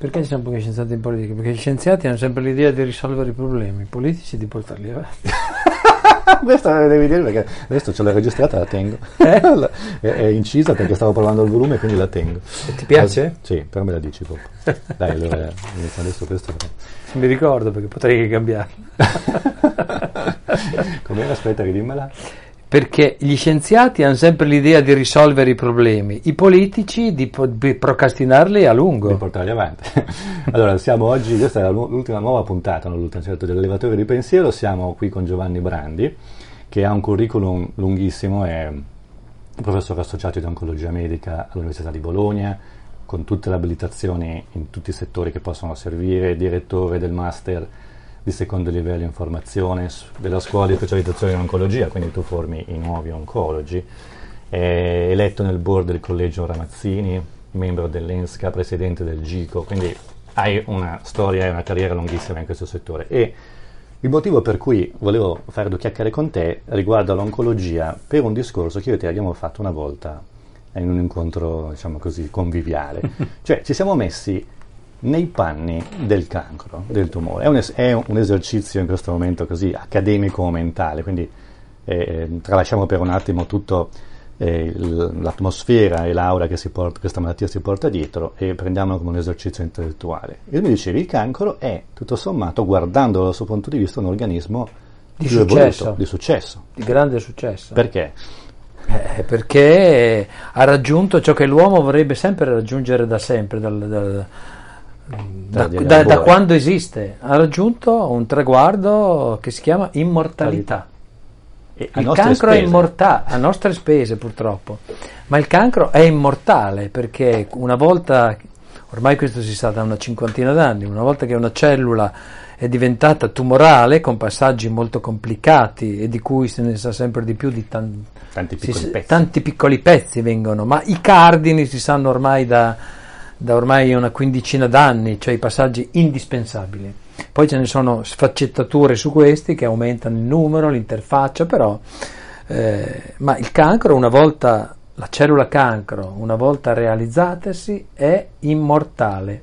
Perché ci sono pochi scienziati in politica? Perché gli scienziati hanno sempre l'idea di risolvere i problemi, i politici di portarli avanti. Questa devi dire perché adesso ce l'ho registrata, la tengo. È incisa perché stavo provando il volume, quindi la tengo. E ti piace? Sì, però me la dici dopo. Dai, allora adesso questo. Mi ricordo perché potrei cambiarla. Com'era? Aspetta, ridimmela. Perché gli scienziati hanno sempre l'idea di risolvere i problemi, i politici di procrastinarli a lungo. Di portarli avanti. Allora, siamo oggi, questa è l'ultima nuova puntata, non l'ultima, certo, dell'Elevatore di Pensiero. Siamo qui con Giovanni Brandi, che ha un curriculum lunghissimo, è professore associato di oncologia medica all'Università di Bologna, con tutte le abilitazioni in tutti i settori che possono servire, direttore del master di secondo livello in formazione della scuola di specializzazione in oncologia, quindi tu formi i nuovi oncologi, è eletto nel board del collegio Ramazzini, membro dell'ENSCA, presidente del GICO, quindi hai una storia e una carriera lunghissima in questo settore. E il motivo per cui volevo fare due chiacchiere con te riguarda l'oncologia per un discorso che io e te abbiamo fatto una volta in un incontro, diciamo così, conviviale. Cioè ci siamo messi nei panni del cancro, del tumore. È un esercizio in questo momento così accademico-mentale, quindi tralasciamo per un attimo tutto l'atmosfera e l'aura che questa malattia si porta dietro e prendiamolo come un esercizio intellettuale. E mi dicevi, il cancro è, tutto sommato, guardandolo dal suo punto di vista, un organismo di successo, di grande successo. Perché? Perché ha raggiunto ciò che l'uomo vorrebbe sempre raggiungere da sempre, da quando esiste. Ha raggiunto un traguardo che si chiama immortalità. Il cancro è immortale, a nostre spese purtroppo, ma il cancro è immortale perché una volta, ormai questo si sa da una cinquantina d'anni, una volta che una cellula è diventata tumorale con passaggi molto complicati e di cui se ne sa sempre di più, di tanti piccoli pezzi vengono, ma i cardini si sanno ormai da ormai una quindicina d'anni, cioè i passaggi indispensabili. Poi ce ne sono sfaccettature su questi che aumentano il numero, l'interfaccia, però ma il cancro, una volta la cellula cancro, una volta realizzatasi, è immortale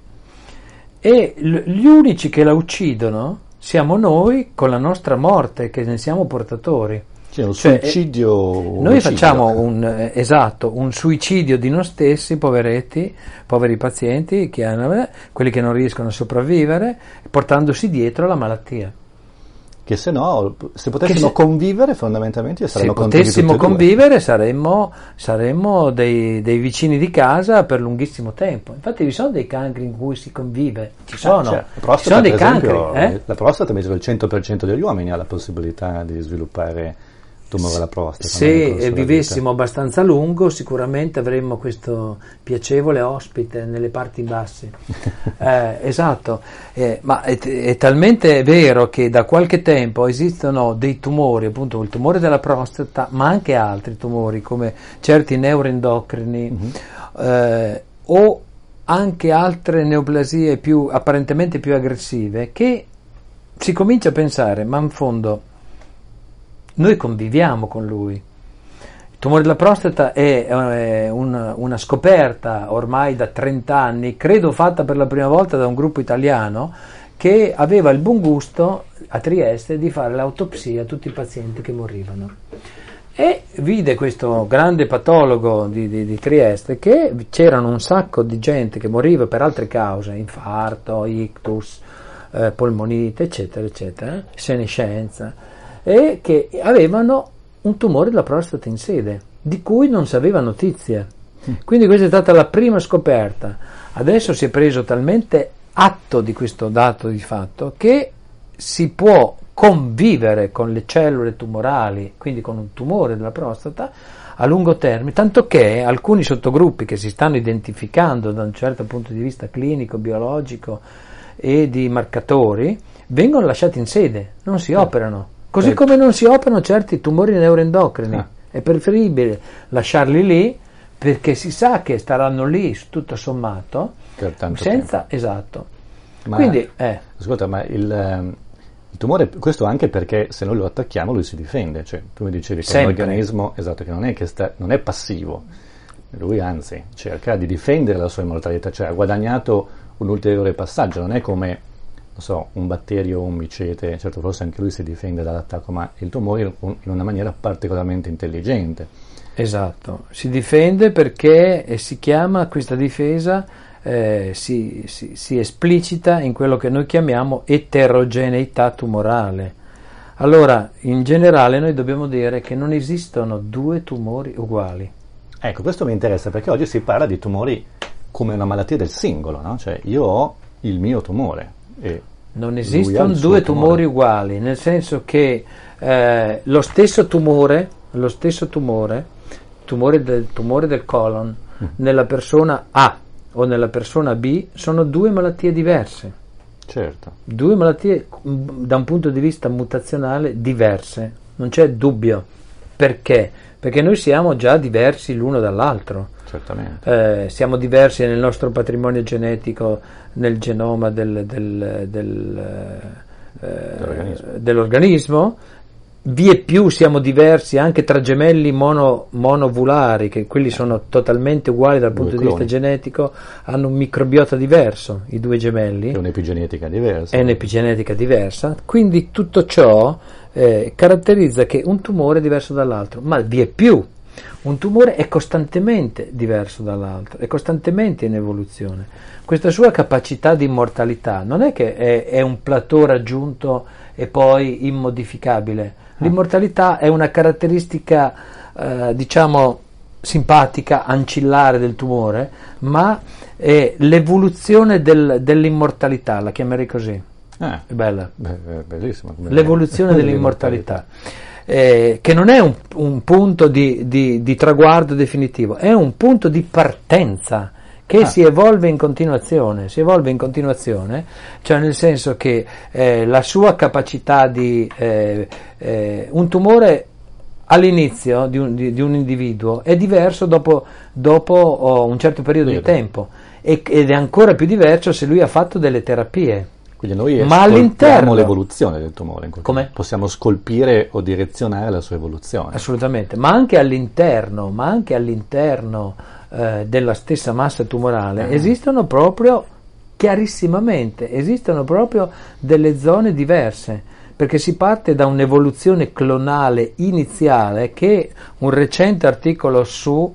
e gli unici che la uccidono siamo noi con la nostra morte, che ne siamo portatori. Cioè un suicidio. Noi facciamo un suicidio di noi stessi, poveri pazienti, quelli che non riescono a sopravvivere, portandosi dietro la malattia. Che se potessimo convivere, fondamentalmente saremmo contro di tutti e due. Se potessimo convivere saremmo dei vicini di casa per lunghissimo tempo. Infatti vi sono dei cancri in cui si convive, ci sono dei cancri. La prostata invece il 100% degli uomini ha la possibilità di sviluppare tumore alla prostata. Se vivessimo abbastanza a lungo, sicuramente avremmo questo piacevole ospite nelle parti basse. Esatto, ma è talmente vero che da qualche tempo esistono dei tumori, appunto il tumore della prostata, ma anche altri tumori come certi neuroendocrini, o anche altre neoplasie apparentemente più aggressive, che si comincia a pensare, ma in fondo noi conviviamo con lui. Il tumore della prostata è una scoperta ormai da 30 anni, credo fatta per la prima volta da un gruppo italiano che aveva il buon gusto a Trieste di fare l'autopsia a tutti i pazienti che morivano. E vide questo grande patologo di Trieste che c'erano un sacco di gente che moriva per altre cause, infarto, ictus, polmonite, eccetera, eccetera, senescenza, e che avevano un tumore della prostata in sede, di cui non si aveva notizie. Quindi questa è stata la prima scoperta. Adesso si è preso talmente atto di questo dato di fatto che si può convivere con le cellule tumorali, quindi con un tumore della prostata, a lungo termine, tanto che alcuni sottogruppi che si stanno identificando da un certo punto di vista clinico, biologico e di marcatori vengono lasciati in sede, non si operano. Così come non si operano certi tumori neuroendocrini. È preferibile lasciarli lì perché si sa che staranno lì tutto sommato per tanto senza tempo. Esatto. Ma, quindi ascolta, ma il tumore, questo anche perché se noi lo attacchiamo lui si difende, cioè tu mi dicevi che è un organismo, esatto, che non è passivo, lui anzi cerca di difendere la sua immortalità, cioè ha guadagnato un ulteriore passaggio, non è come, non so, un batterio o un micete, certo forse anche lui si difende dall'attacco, ma il tumore in una maniera particolarmente intelligente. Esatto, si difende perché si chiama questa difesa, si esplicita in quello che noi chiamiamo eterogeneità tumorale. Allora, in generale noi dobbiamo dire che non esistono due tumori uguali. Ecco, questo mi interessa perché oggi si parla di tumori come una malattia del singolo, no? Cioè io ho il mio tumore e non esistono due tumori uguali, nel senso che lo stesso tumore del colon nella persona A o nella persona B sono due malattie diverse. Certo. Due malattie da un punto di vista mutazionale diverse, non c'è dubbio. Perché? Perché noi siamo già diversi l'uno dall'altro. Certamente. Siamo diversi nel nostro patrimonio genetico, nel genoma dell'organismo. Vie più siamo diversi anche tra gemelli monovolari, che quelli sono totalmente uguali dal punto di vista genetico, hanno un microbiota diverso, i due gemelli. E un'epigenetica diversa. È un'epigenetica diversa, quindi tutto ciò caratterizza che un tumore è diverso dall'altro, ma vie più. Un tumore è costantemente diverso dall'altro, è costantemente in evoluzione. Questa sua capacità di immortalità non è che è un plateau raggiunto e poi immodificabile. L'immortalità è una caratteristica, diciamo, simpatica, ancillare del tumore, ma è l'evoluzione dell'immortalità, la chiamerei così. È bella. Bellissimo. L'evoluzione dell'immortalità. Che non è un punto di traguardo definitivo, è un punto di partenza che si evolve in continuazione, cioè nel senso che la sua capacità di un tumore all'inizio di un individuo è diverso dopo un certo periodo di tempo ed è ancora più diverso se lui ha fatto delle terapie. Quindi noi scolpiamo l'evoluzione del tumore. Come? Possiamo scolpire o direzionare la sua evoluzione. Assolutamente, ma anche all'interno della stessa massa tumorale esistono proprio chiarissimamente, esistono proprio delle zone diverse, perché si parte da un'evoluzione clonale iniziale che un recente articolo su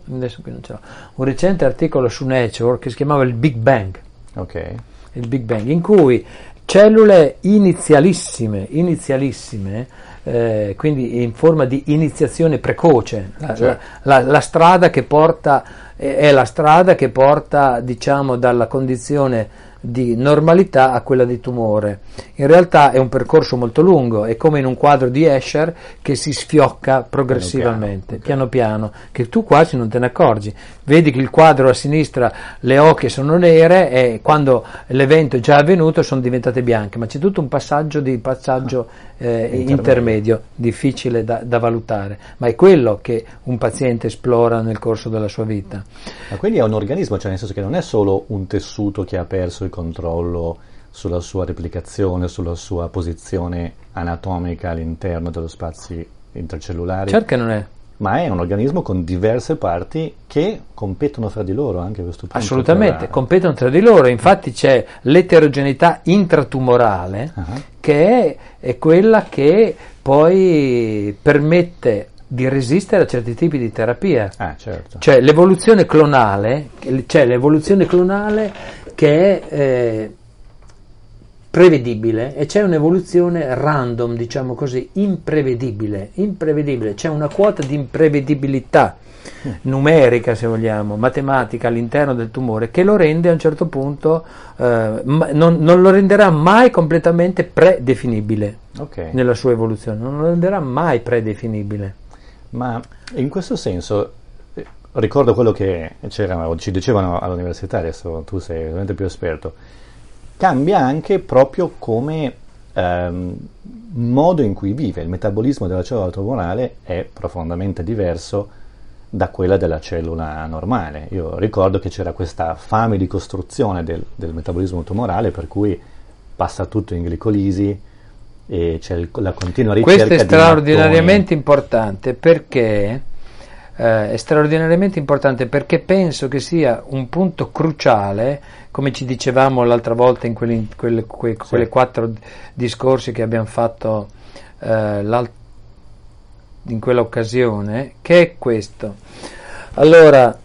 Nature che si chiamava il Big Bang. Ok. Il Big Bang, in cui cellule inizialissime, quindi in forma di iniziazione precoce, la strada che porta è la strada che porta, diciamo, dalla condizione di normalità a quella di tumore. In realtà è un percorso molto lungo, è come in un quadro di Escher che si sfiocca progressivamente, piano piano, che tu quasi non te ne accorgi. Vedi che il quadro a sinistra, le occhie sono nere e quando l'evento è già avvenuto sono diventate bianche, ma c'è tutto un passaggio intermedio, difficile da valutare, ma è quello che un paziente esplora nel corso della sua vita. Ma quindi è un organismo, cioè nel senso che non è solo un tessuto che ha perso il controllo sulla sua replicazione, sulla sua posizione anatomica all'interno dello spazio intracellulare. Certo che non è. Ma è un organismo con diverse parti che competono fra di loro anche a questo punto. Assolutamente, competono tra di loro, infatti c'è l'eterogeneità intratumorale che è quella che poi permette di resistere a certi tipi di terapia. Certo. Cioè l'evoluzione clonale che è prevedibile e c'è un'evoluzione random, diciamo così, imprevedibile, c'è una quota di imprevedibilità numerica, se vogliamo, matematica all'interno del tumore che lo rende a un certo punto non lo renderà mai completamente predefinibile nella sua evoluzione, non lo renderà mai predefinibile. Ma in questo senso ricordo quello che ci dicevano all'università, adesso tu sei veramente più esperto, cambia anche proprio come modo in cui vive. Il metabolismo della cellula tumorale è profondamente diverso da quella della cellula normale. Io ricordo che c'era questa fame di costruzione del metabolismo tumorale, per cui passa tutto in glicolisi e c'è la continua ricerca di questo è straordinariamente importante perché è straordinariamente importante, perché penso che sia un punto cruciale, come ci dicevamo l'altra volta in quelle 4 discorsi che abbiamo fatto in quella occasione, che è questo. Allora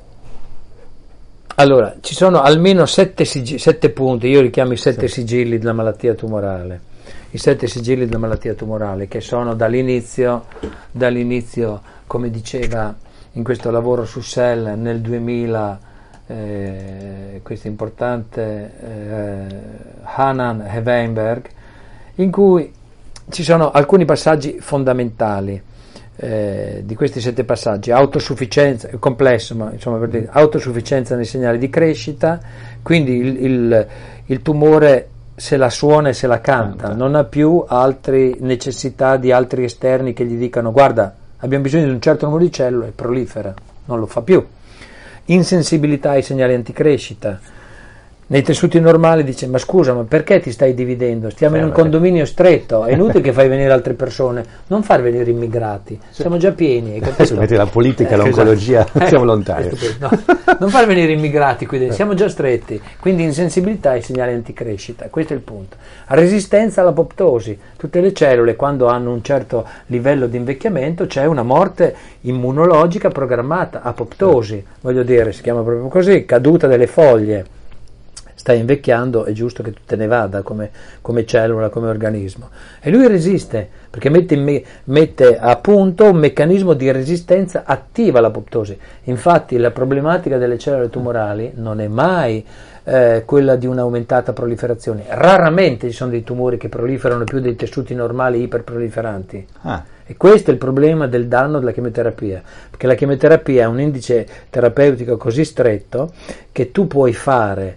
ci sono almeno 7 punti, io li chiamo i 7 sigilli della malattia tumorale. I 7 sigilli della malattia tumorale, che sono dall'inizio, come diceva in questo lavoro su Cell nel 2000, questo importante Hanan e Weinberg, in cui ci sono alcuni passaggi fondamentali. Di questi 7 passaggi: autosufficienza, è complesso, ma insomma, per dire, autosufficienza nei segnali di crescita, quindi il tumore se la suona e se la canta, non ha più altre necessità di altri esterni che gli dicano guarda, abbiamo bisogno di un certo numero di cellule, prolifera, non lo fa più. Insensibilità ai segnali anticrescita. Nei tessuti normali dice ma scusa, ma perché ti stai dividendo? Stiamo in un condominio stretto, è inutile che fai venire altre persone, non far venire immigrati, siamo già pieni. Adesso metti la politica, l'oncologia, siamo lontani. No, non far venire immigrati qui dentro, siamo già stretti, quindi insensibilità ai segnali anticrescita, questo è il punto. Resistenza all'apoptosi, tutte le cellule quando hanno un certo livello di invecchiamento c'è una morte immunologica programmata, apoptosi, voglio dire, si chiama proprio così, caduta delle foglie. Stai invecchiando, è giusto che tu te ne vada come cellula, come organismo. E lui resiste, perché mette a punto un meccanismo di resistenza attiva all'apoptosi. Infatti la problematica delle cellule tumorali non è mai quella di un'aumentata proliferazione. Raramente ci sono dei tumori che proliferano più dei tessuti normali iperproliferanti. E questo è il problema del danno della chemioterapia, perché la chemioterapia è un indice terapeutico così stretto che tu puoi fare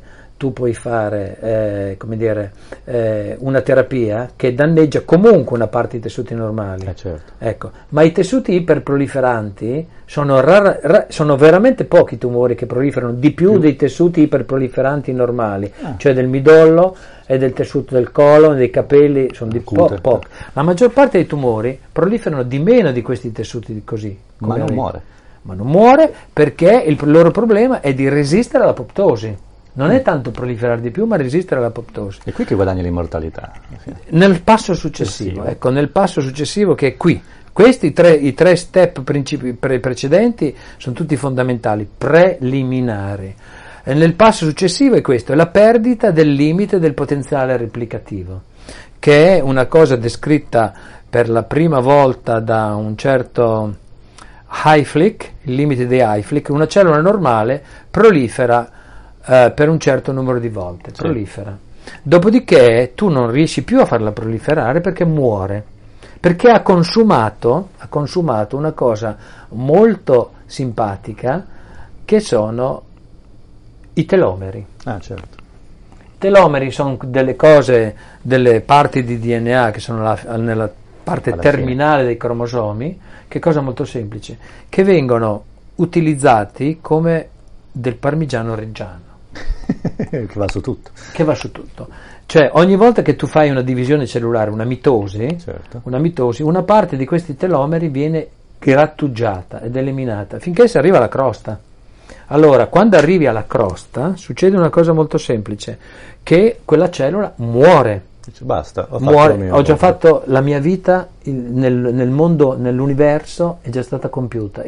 una terapia che danneggia comunque una parte dei tessuti normali. Certo. Ecco. Ma i tessuti iperproliferanti sono veramente pochi tumori che proliferano di più dei tessuti iperproliferanti normali, cioè del midollo e del tessuto del colon, dei capelli, sono di poco. La maggior parte dei tumori proliferano di meno di questi tessuti così. Ma non muore perché il loro problema è di resistere all'apoptosi. Non è tanto proliferare di più, ma resistere all'apoptosi. E qui che guadagna l'immortalità? Nel passo successivo, nel passo successivo che è qui. Questi i tre step precedenti sono tutti fondamentali, preliminari. E nel passo successivo è questo, è la perdita del limite del potenziale replicativo, che è una cosa descritta per la prima volta da un certo Hayflick, il limite di Hayflick. Una cellula normale prolifera per un certo numero di volte, prolifera. Dopodiché tu non riesci più a farla proliferare perché muore, perché ha consumato una cosa molto simpatica che sono i telomeri. Certo. I telomeri sono delle cose, delle parti di DNA che sono nella parte terminale dei cromosomi, che è cosa molto semplice, che vengono utilizzati come del parmigiano reggiano. Che va su tutto. Cioè ogni volta che tu fai una divisione cellulare, una mitosi, una parte di questi telomeri viene grattugiata ed eliminata finché si arriva alla crosta. Allora, quando arrivi alla crosta succede una cosa molto semplice, che quella cellula muore. Basta, ho già fatto la mia vita nel mondo, nell'universo, è già stata compiuta,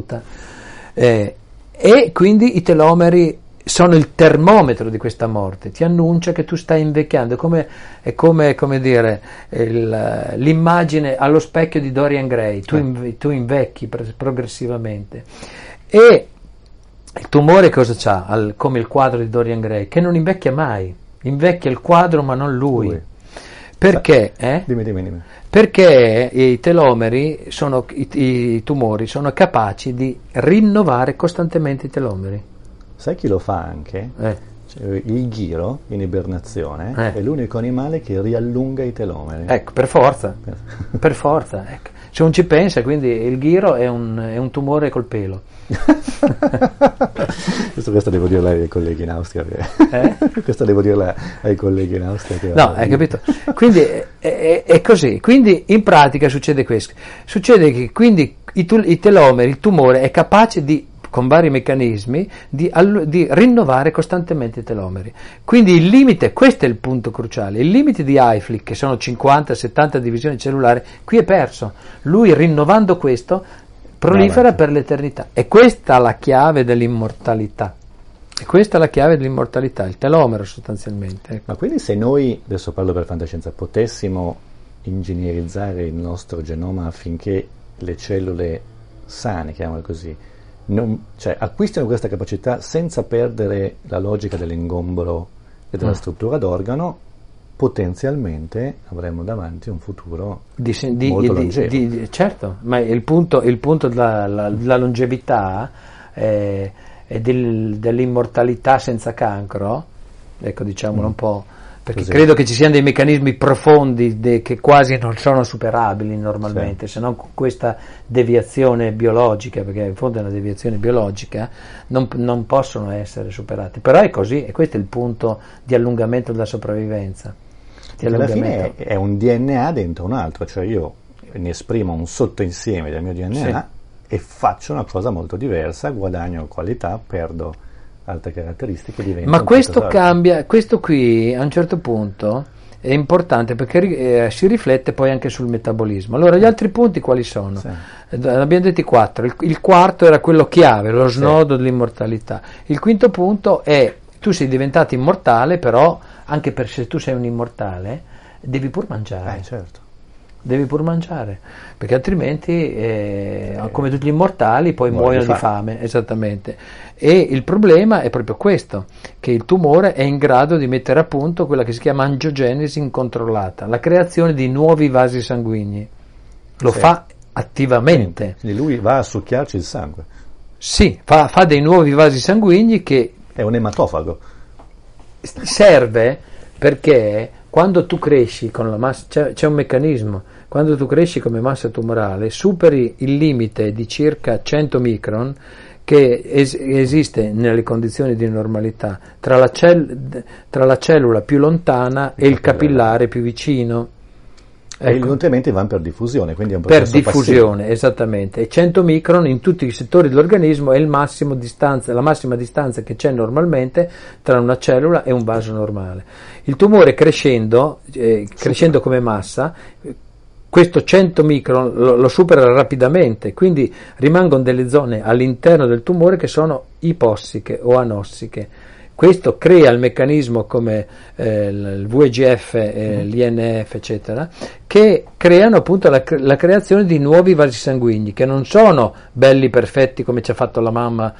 e quindi i telomeri sono il termometro di questa morte, ti annuncia che tu stai invecchiando, è come dire l'immagine allo specchio di Dorian Gray, tu invecchi progressivamente. E il tumore cosa c'ha? Come il quadro di Dorian Gray, che non invecchia mai, invecchia il quadro ma non lui. Perché? Dimmi. Perché i telomeri i tumori sono capaci di rinnovare costantemente i telomeri. Sai chi lo fa anche? Cioè, il ghiro in ibernazione è l'unico animale che riallunga i telomeri. Ecco, per forza. Ecco. Se non ci pensa, quindi il ghiro è un tumore col pelo. Questo devo dirlo ai colleghi in Austria. Questo devo dirlo ai colleghi in Austria. No, hai capito? Quindi è così. Quindi in pratica succede questo. Succede che quindi i telomeri, il tumore è capace di, con vari meccanismi, di rinnovare costantemente i telomeri. Quindi il limite, questo è il punto cruciale, il limite di Hayflick, che sono 50-70 divisioni cellulari, qui è perso. Lui, rinnovando questo, prolifera per l'eternità. E questa è la chiave dell'immortalità. E questa è la chiave dell'immortalità, il telomero sostanzialmente. Ma quindi se noi, adesso parlo per fantascienza, potessimo ingegnerizzare il nostro genoma affinché le cellule sane, chiamiamole così, cioè acquistino questa capacità senza perdere la logica dell'ingombolo e della struttura d'organo, potenzialmente avremo davanti un futuro molto longevo. Certo, ma il punto della longevità e dell'immortalità senza cancro, ecco, diciamolo un po', perché così. Credo che ci siano dei meccanismi profondi che quasi non sono superabili normalmente, se non con questa deviazione biologica, perché in fondo è una deviazione biologica, non possono essere superati. Però è così, e questo è il punto di allungamento della sopravvivenza. Alla fine è un DNA dentro un altro, cioè io ne esprimo un sottoinsieme del mio DNA e faccio una cosa molto diversa, guadagno qualità, perdo altre caratteristiche, diventa. Ma questo cambia, questo qui a un certo punto è importante perché si riflette poi anche sul metabolismo. Allora gli altri punti quali sono? Abbiamo detto 4, il quarto era quello chiave, lo snodo dell'immortalità. Il quinto punto è: tu sei diventato immortale, però anche se tu sei un immortale devi pur mangiare. Certo. Devi pur mangiare, perché altrimenti, come tutti gli immortali, poi muoiono di fame. Esattamente. E il problema è proprio questo, che il tumore è in grado di mettere a punto quella che si chiama angiogenesi incontrollata, la creazione di nuovi vasi sanguigni. Lo fa attivamente. Quindi lui va a succhiarci il sangue. Sì, fa dei nuovi vasi sanguigni che... È un ematofago. Serve perché quando tu cresci con la massa, c'è un meccanismo, quando tu cresci come massa tumorale superi il limite di circa 100 micron che esiste nelle condizioni di normalità tra la cellula più lontana e il capillare più vicino. E i nutrimenti vanno per diffusione, quindi è un per processo diffusione, passivo. Esattamente. E 100 micron in tutti i settori dell'organismo è la massima distanza che c'è normalmente tra una cellula e un vaso normale. Il tumore crescendo come massa, questo 100 micron lo supera rapidamente, quindi rimangono delle zone all'interno del tumore che sono ipossiche o anossiche. Questo crea il meccanismo come il VEGF, l'INF, eccetera, che creano appunto la creazione di nuovi vasi sanguigni, che non sono belli perfetti come ci ha fatto la mamma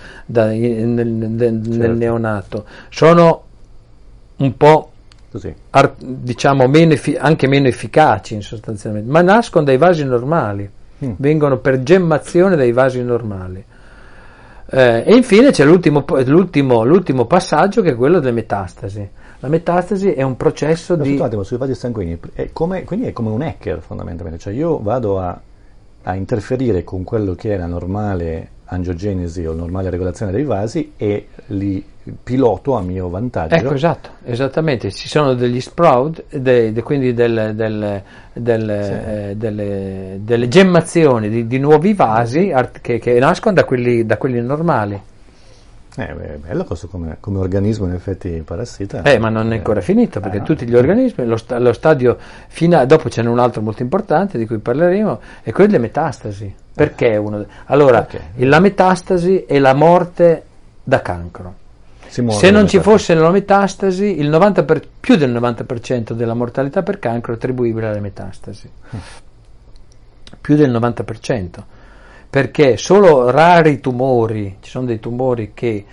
nel neonato, sono un po' così, diciamo anche meno efficaci sostanzialmente, ma nascono dai vasi normali, vengono per gemmazione dai vasi normali. E infine c'è l'ultimo passaggio, che è quello delle metastasi. La metastasi è un processo di... Un attimo, sui vasi sanguigni, quindi è come un hacker fondamentalmente, cioè io vado a interferire con quello che è la normale angiogenesi o normale regolazione dei vasi e li piloto a mio vantaggio. Ecco, esattamente, ci sono degli sprout, quindi delle gemmazioni di nuovi vasi che nascono da quelli normali. È bello questo come organismo, in effetti parassita. Ma non è ancora finito, perché tutti gli organismi, lo stadio finale, dopo ce n'è un altro molto importante di cui parleremo, è quello delle metastasi. Perché la metastasi è la morte da cancro. Se non ci fosse la metastasi, più del 90% della mortalità per cancro è attribuibile alle metastasi. Più del 90%. Perché solo rari tumori, ci sono dei tumori che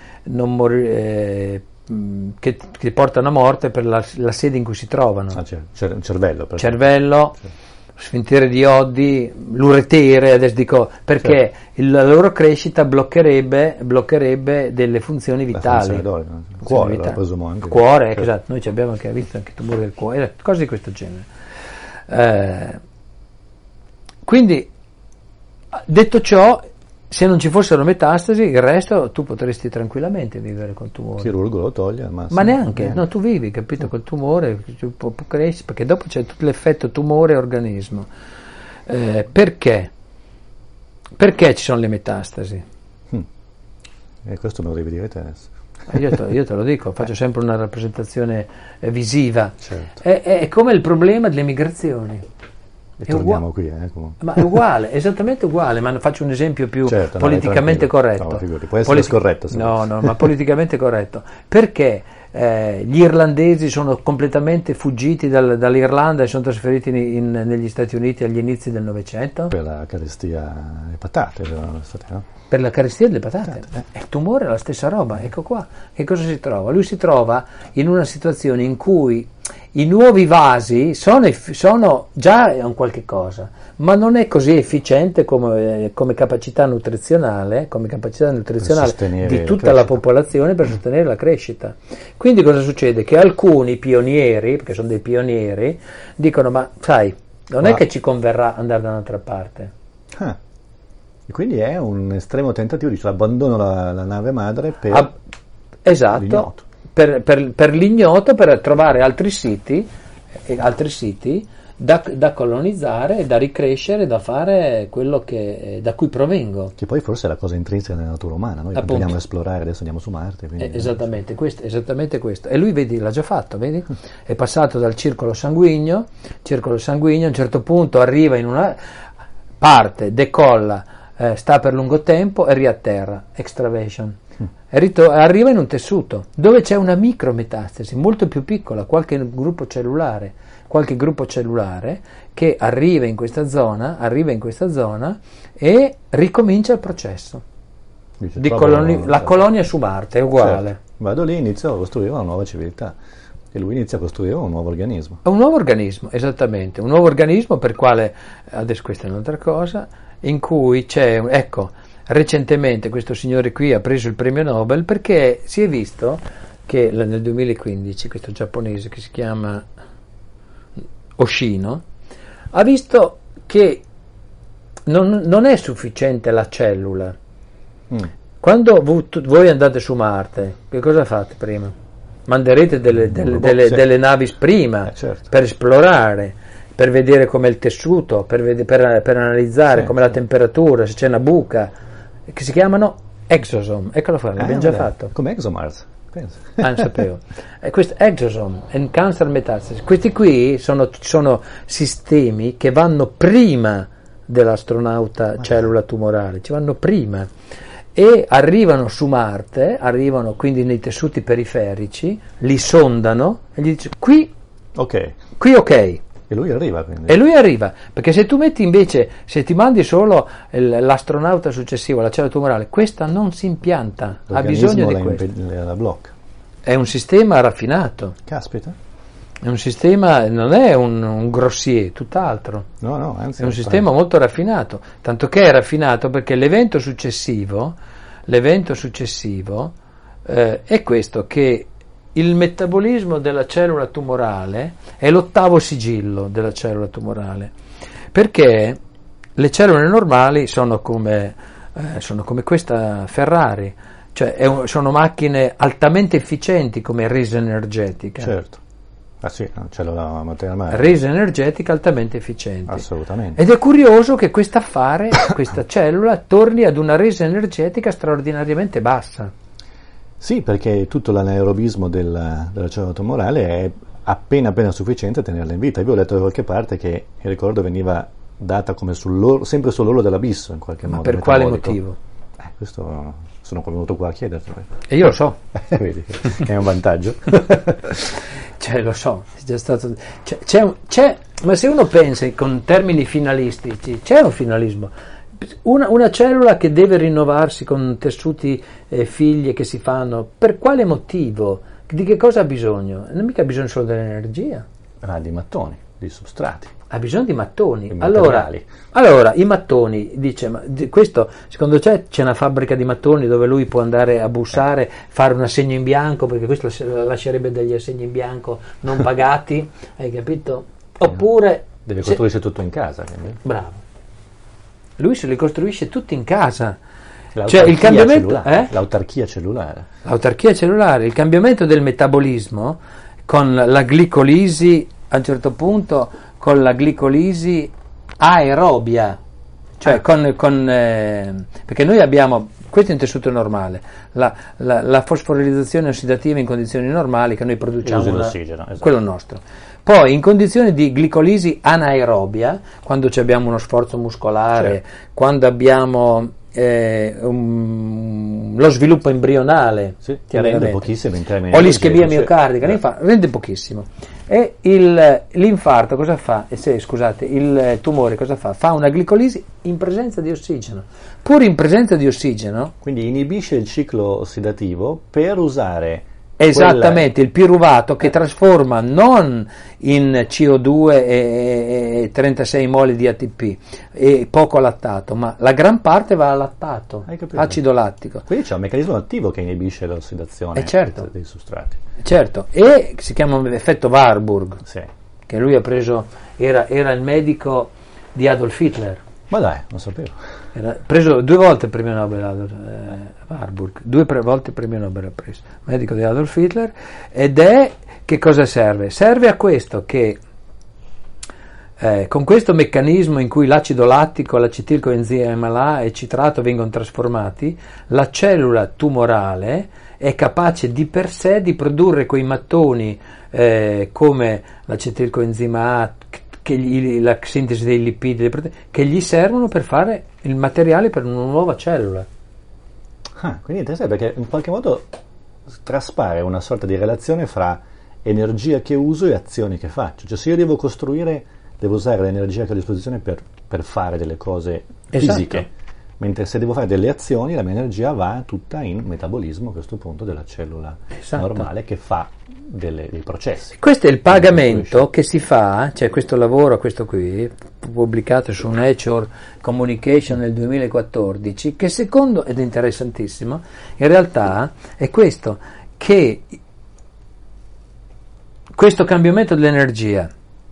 che portano a morte per la sede in cui si trovano. Cervello, sfintere di Oddi, l'uretere, adesso dico, perché la loro crescita bloccherebbe delle funzioni vitali. Cuore, presumo anche. Cuore, esatto, noi abbiamo anche visto anche tumori del cuore, cose di questo genere. Quindi, detto ciò, se non ci fossero metastasi, il resto tu potresti tranquillamente vivere col tumore. Il chirurgo lo toglie al massimo. Ma neanche. No, tu vivi, capito, col tumore, può crescere, perché dopo c'è tutto l'effetto tumore-organismo. Perché? Perché ci sono le metastasi? E questo me lo devi dire te adesso. Io te lo dico, faccio sempre una rappresentazione visiva. Certo. È come il problema delle migrazioni. E torniamo qui, comunque. Ma è uguale, esattamente uguale, ma faccio un esempio più certo, politicamente corretto. No, figurati, può essere scorretto. No, ma politicamente corretto. Perché gli irlandesi sono completamente fuggiti dall'Irlanda e sono trasferiti negli Stati Uniti agli inizi del Novecento? Per la carestia delle patate, no? Per la carestia delle patate. Il tumore è la stessa roba, ecco qua. Che cosa si trova? Lui si trova in una situazione in cui i nuovi vasi sono già un qualche cosa, ma non è così efficiente come capacità nutrizionale di tutta la popolazione per sostenere la crescita. Quindi cosa succede? Che alcuni pionieri, perché sono dei pionieri, dicono ma sai, non è che ci converrà andare da un'altra parte. E quindi è un estremo tentativo, dice abbandono la nave madre per l'ignoto. Per l'ignoto, per trovare altri siti da colonizzare, da ricrescere, da fare quello da cui provengo. Che poi forse è la cosa intrinseca nella natura umana, noi continuiamo a esplorare, adesso andiamo su Marte. Esattamente questo. E lui, vedi, l'ha già fatto, vedi? È passato dal circolo sanguigno, a un certo punto arriva in una parte, decolla, sta per lungo tempo e riatterra, extraversion. Arriva in un tessuto dove c'è una micrometastasi molto più piccola, qualche gruppo cellulare che arriva in questa zona e ricomincia il processo. La colonia su Marte è uguale. Certo. Vado lì, inizio a costruire una nuova civiltà e lui inizia a costruire un nuovo organismo. Un nuovo organismo, esattamente, un nuovo organismo per quale, adesso questa è un'altra cosa, in cui c'è, recentemente questo signore qui ha preso il premio Nobel perché si è visto che nel 2015 questo giapponese che si chiama Oshino ha visto che non è sufficiente la cellula. Quando voi andate su Marte, che cosa fate prima? Manderete delle navi prima, certo, per esplorare, per vedere com'è il tessuto, per analizzare com'è la temperatura, se c'è una buca, che si chiamano exosome. Eccolo qua, l'abbiamo già fatto. Come ExoMars, penso. Non sapevo. Questo exosome and cancer metastasis. Questi qui sono sistemi che vanno prima dell'astronauta cellula tumorale, ci vanno prima e arrivano su Marte, arrivano quindi nei tessuti periferici, li sondano e gli dice qui ok. E lui arriva, quindi. E lui arriva, perché se tu metti invece, se ti mandi solo l'astronauta successivo, la cellula tumorale, questa non si impianta, ha bisogno di questo. La blocca. È un sistema raffinato. Caspita. È un sistema, non è un grossier, tutt'altro. No, anzi. È un sistema molto raffinato, tanto che è raffinato perché l'evento successivo è questo, che il metabolismo della cellula tumorale è l'8° sigillo della cellula tumorale, perché le cellule normali sono come questa Ferrari, cioè sono macchine altamente efficienti come resa energetica. Certo. Ah sì, cellula materiale. Resa energetica altamente efficienti. Assolutamente. Ed è curioso che questa cellula torni ad una resa energetica straordinariamente bassa. Sì, perché tutto l'anaerobismo della cellula tumorale è appena sufficiente a tenerla in vita. Io ho letto da qualche parte che il ricordo veniva data come sempre sull'orlo dell'abisso in qualche modo. Ma per quale motivo? Questo sono venuto qua a chiedertelo. E io lo so. Vedi, che è un vantaggio. Lo so, è già stato. Ma se uno pensa con termini finalistici, c'è un finalismo. Una cellula che deve rinnovarsi con tessuti figlie che si fanno, per quale motivo? Di che cosa ha bisogno? Non mica ha bisogno solo dell'energia. Di mattoni, di substrati. Ha bisogno di mattoni. Allora, i mattoni, dice, ma questo secondo te c'è una fabbrica di mattoni dove lui può andare a bussare, fare un assegno in bianco, perché questo lascerebbe degli assegni in bianco non pagati, hai capito? Oppure deve costruirsi tutto in casa. Quindi. Bravo. Lui se li costruisce tutti in casa. Il cambiamento, l'autarchia cellulare. L'autarchia cellulare, il cambiamento del metabolismo con la glicolisi, a un certo punto con la glicolisi aerobia, Cioè perché noi abbiamo, questo è un tessuto normale, la fosforilizzazione ossidativa in condizioni normali che noi produciamo, usi l'ossigeno, esatto. Quello nostro. Poi in condizioni di glicolisi anaerobia, quando abbiamo uno sforzo muscolare, certo, quando abbiamo lo sviluppo embrionale, sì, che rende pochissimo in termini o l'ischemia miocardica, rende pochissimo. E l'infarto cosa fa? Scusate, il tumore cosa fa? Fa una glicolisi in presenza di ossigeno. Pur in presenza di ossigeno. Quindi inibisce il ciclo ossidativo per usare esattamente il piruvato che trasforma non in CO2 e 36 moli di ATP e poco lattato, ma la gran parte va al lattato, acido lattico. Quindi c'è un meccanismo attivo che inibisce l'ossidazione dei substrati. Certo, e si chiama effetto Warburg, sì, che lui ha preso, era il medico di Adolf Hitler. Ma dai, non sapevo. Era preso 2 volte il premio Nobel Warburg, 2 volte il premio Nobel ha preso, medico di Adolf Hitler, ed è, che cosa serve? Serve a questo, che con questo meccanismo in cui l'acido lattico, l'acetilcoenzima A e citrato vengono trasformati, la cellula tumorale è capace di per sé di produrre quei mattoni come l'acetilcoenzima A, la sintesi dei lipidi, che gli servono per fare il materiale per una nuova cellula. Quindi interessante, perché in qualche modo traspare una sorta di relazione fra energia che uso e azioni che faccio. Cioè, se io devo costruire, devo usare l'energia che ho a disposizione per fare delle cose fisiche. Esatto. Mentre se devo fare delle azioni, la mia energia va tutta in metabolismo, a questo punto, della cellula normale che fa dei processi. Questo è il pagamento che si fa, cioè questo lavoro, questo qui, pubblicato su Nature Communication nel 2014, che secondo, ed è interessantissimo, in realtà è questo, che questo cambiamento dell'energia,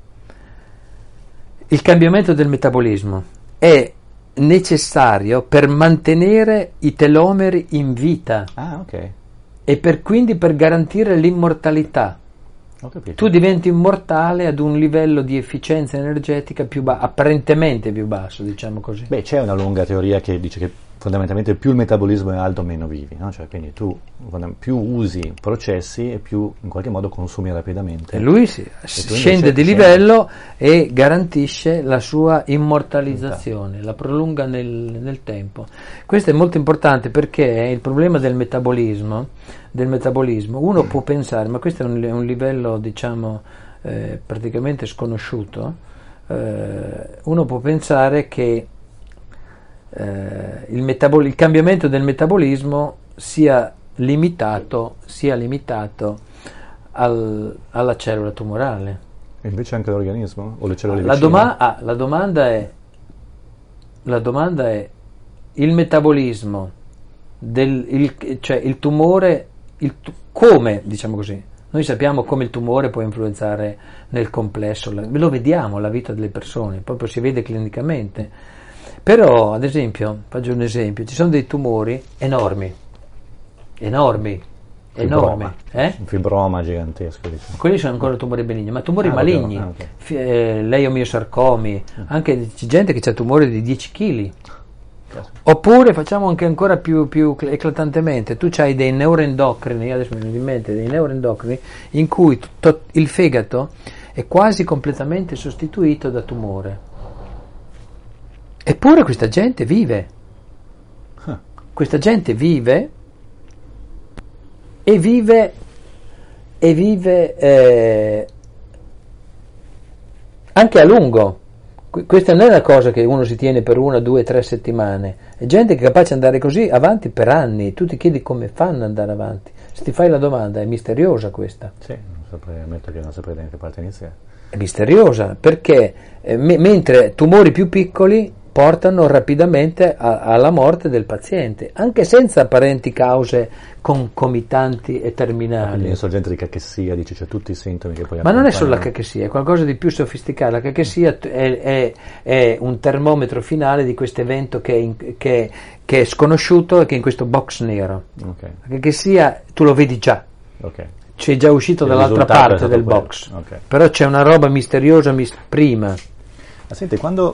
il cambiamento del metabolismo è necessario per mantenere i telomeri in vita. Ok. E quindi per garantire l'immortalità. Ho capito. Tu diventi immortale ad un livello di efficienza energetica apparentemente più basso, diciamo così. Beh, c'è una lunga teoria che dice che fondamentalmente più il metabolismo è alto meno vivi, no? Cioè, quindi tu più usi processi e più in qualche modo consumi rapidamente. E lui scende di livello e garantisce la sua immortalizzazione, la prolunga nel tempo. Questo è molto importante perché il problema del metabolismo, uno può pensare, ma questo è un livello, diciamo, praticamente sconosciuto, uno può pensare che il cambiamento del metabolismo sia limitato alla cellula tumorale. E invece anche l'organismo? O le cellule La domanda è il metabolismo cioè il tumore, come, diciamo così, noi sappiamo come il tumore può influenzare nel complesso, lo vediamo la vita delle persone, proprio si vede clinicamente. Però, ad esempio, faccio un esempio, ci sono dei tumori enormi. Un fibroma gigantesco, diciamo. Quelli sono ancora tumori benigni, ma tumori maligni, leiomiosarcomi, anche gente che ha tumori di 10 kg. Oppure facciamo anche ancora più eclatantemente, tu hai dei neuroendocrini, adesso mi viene in mente dei neuroendocrini, in cui il fegato è quasi completamente sostituito da tumore. Eppure questa gente vive. Questa gente vive anche a lungo. Questa non è una cosa che uno si tiene per 1, 2, 3 settimane. È gente che è capace di andare così avanti per anni. Tu ti chiedi come fanno ad andare avanti. Se ti fai la domanda, è misteriosa questa. Sì, ammetto che non saprei da che parte iniziare. È misteriosa perché mentre tumori più piccoli portano rapidamente alla morte del paziente, anche senza apparenti cause concomitanti e terminali. Quindi l'insorgenza di cachessia, dice, c'è tutti i sintomi che poi ma non è solo la cachessia, è qualcosa di più sofisticato. La cachessia è un termometro finale di questo evento che è sconosciuto e che è in questo box nero. Okay. La cachessia tu lo vedi già. Okay. C'è già uscito dall'altra parte del box. Okay. Però c'è una roba misteriosa prima. Ma senti, quando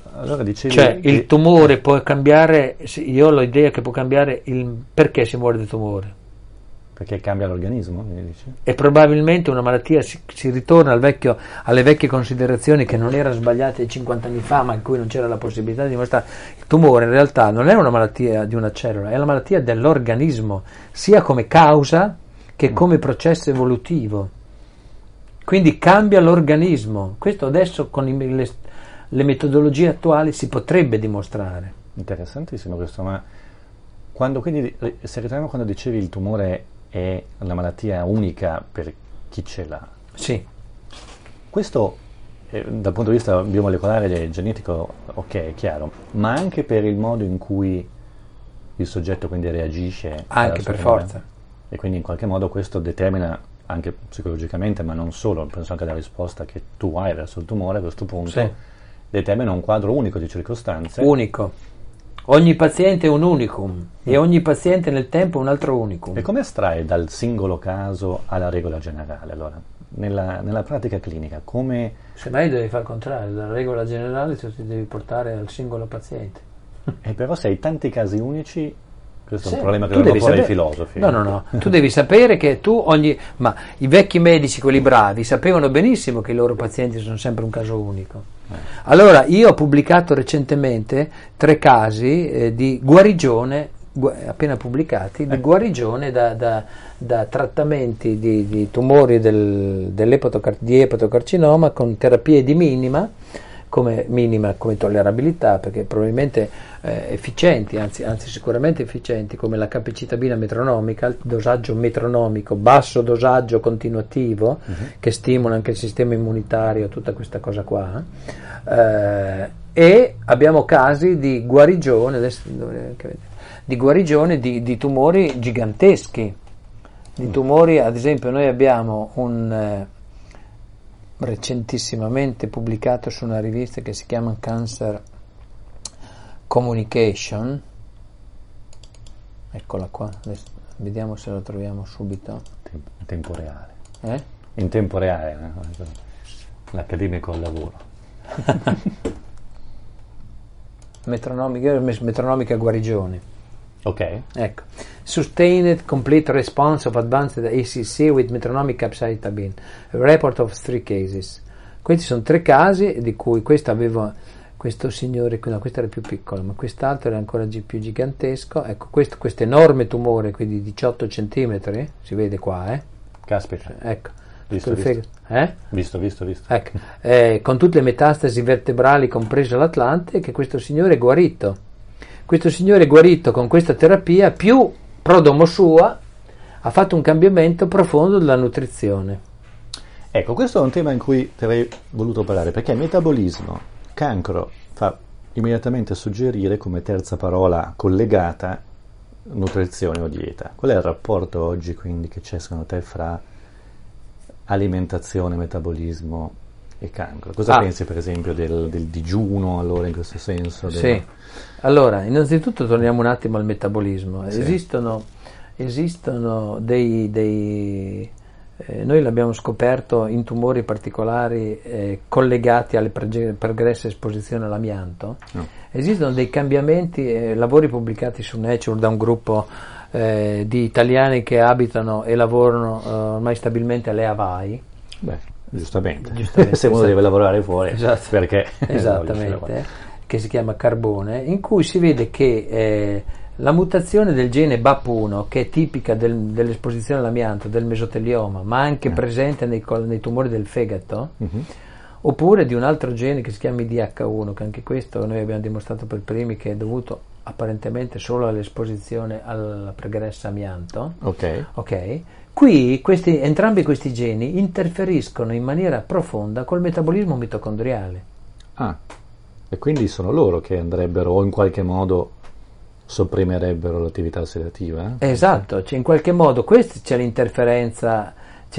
allora dicevi... Cioè, il tumore può cambiare, io ho l'idea che può cambiare perché si muore di tumore. Perché cambia l'organismo, mi dici? E probabilmente una malattia si ritorna alle vecchie considerazioni che non erano sbagliate 50 anni fa, ma in cui non c'era la possibilità di dimostrare. Il tumore in realtà non è una malattia di una cellula, è la malattia dell'organismo, sia come causa che come processo evolutivo. Quindi cambia l'organismo. Questo adesso con le metodologie attuali si potrebbe dimostrare. Interessantissimo questo, ma quindi se ritorniamo quando dicevi il tumore è una malattia unica per chi ce l'ha. Sì. Questo dal punto di vista biomolecolare e genetico, ok, è chiaro, ma anche per il modo in cui il soggetto quindi reagisce. Anche per forza. E quindi in qualche modo questo determina anche psicologicamente, ma non solo, penso anche alla risposta che tu hai verso il tumore a questo punto, sì, determina un quadro unico di circostanze. Unico. Ogni paziente è un unicum e ogni paziente nel tempo è un altro unicum. E come estrae dal singolo caso alla regola generale? Allora, nella pratica clinica, come... Semmai devi fare il contrario, dalla regola generale ti devi portare al singolo paziente. E però se hai tanti casi unici, questo sì, è un problema che devono porre i filosofi. No, tu devi sapere che ma i vecchi medici, quelli bravi, sapevano benissimo che i loro pazienti sono sempre un caso unico. Allora, io ho pubblicato recentemente 3 casi di guarigione, appena pubblicati, di guarigione da trattamenti di tumori di epatocarcinoma con terapie di minima come tollerabilità, perché probabilmente efficienti, anzi sicuramente efficienti, come la capecitabina metronomica, il dosaggio metronomico, basso dosaggio continuativo, che stimola anche il sistema immunitario, tutta questa cosa qua, e abbiamo casi di guarigione, di tumori giganteschi, di tumori, ad esempio noi abbiamo un recentissimamente pubblicato su una rivista che si chiama Cancer Communication, eccola qua, adesso vediamo se la troviamo subito. In tempo reale. In tempo reale, l'accademico al lavoro. Metronomica guarigione. Ok. Ecco. Sustained complete response of advanced ACC with metronomic capecitabine. A report of 3 cases. Questi sono 3 casi, di cui questo signore, no, questo era più piccolo, ma quest'altro era ancora più gigantesco. Ecco, questo enorme tumore, quindi 18 centimetri, si vede qua, Caspita. Ecco. Visto. Ecco. Con tutte le metastasi vertebrali, compreso l'Atlante, che questo signore è guarito. Questo signore guarito con questa terapia, più prodomo sua, ha fatto un cambiamento profondo della nutrizione. Ecco, questo è un tema in cui ti avrei voluto parlare, perché metabolismo, cancro, fa immediatamente suggerire come terza parola collegata nutrizione o dieta. Qual è il rapporto oggi quindi che c'è secondo te fra alimentazione, metabolismo e cancro? Cosa pensi per esempio del digiuno, allora, in questo senso? Sì. Allora, innanzitutto torniamo un attimo al metabolismo. Sì. Esistono dei noi l'abbiamo scoperto in tumori particolari collegati alle pregresse esposizioni all'amianto. Esistono dei cambiamenti, lavori pubblicati su Nature da un gruppo di italiani che abitano e lavorano ormai stabilmente alle Hawaii. Giustamente. Se uno deve lavorare fuori, esatto. Perché Esattamente. Che si chiama Carbone, in cui si vede che la mutazione del gene BAP1, che è tipica dell'esposizione all'amianto, del mesotelioma, ma anche presente nei tumori del fegato, oppure di un altro gene che si chiama IDH1, che anche questo noi abbiamo dimostrato per primi che è dovuto apparentemente solo all'esposizione alla pregressa amianto. Ok. Qui entrambi questi geni interferiscono in maniera profonda col metabolismo mitocondriale. E quindi sono loro che andrebbero o in qualche modo sopprimerebbero l'attività ossidativa? Esatto, in qualche modo c'è l'interferenza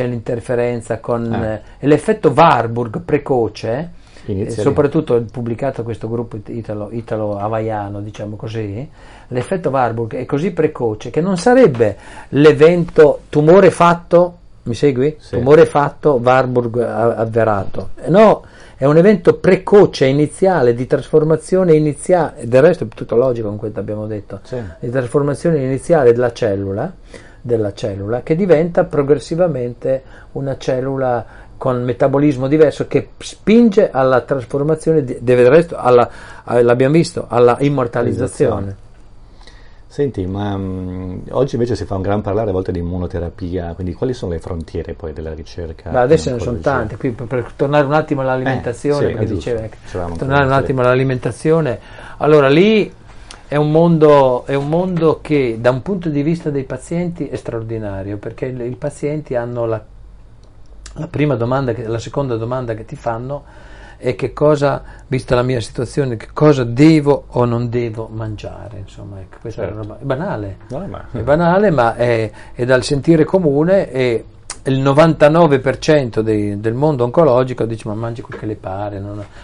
con l'effetto Warburg precoce, soprattutto pubblicato questo gruppo italo-hawaiano, diciamo così. L'effetto Warburg è così precoce che non sarebbe l'evento tumore fatto, Mi segui? Sì. Tumore fatto, Warburg avverato. No, è un evento precoce, iniziale, di trasformazione iniziale, del resto è tutto logico con quello che abbiamo detto, Sì. di trasformazione iniziale della cellula, che diventa progressivamente una cellula con metabolismo diverso che spinge alla trasformazione, del resto l'abbiamo visto, alla immortalizzazione. Senti, ma oggi invece si fa un gran parlare a volte di immunoterapia, quindi quali sono le frontiere poi della ricerca? Ma adesso in ne sono oncologia? tante, qui per tornare un attimo all'alimentazione, sì, perché è giusto. diceva, C'eravamo tornare un ancora, attimo all'alimentazione, allora lì è un mondo che da un punto di vista dei pazienti è straordinario, perché i pazienti hanno la prima domanda, la seconda domanda che ti fanno è che cosa, vista la mia situazione, che cosa devo o non devo mangiare, insomma, ecco, questa Certo. è una roba, è banale, No, è banale, ma è dal sentire comune, e il 99% del mondo oncologico dice ma mangi quel che le pare,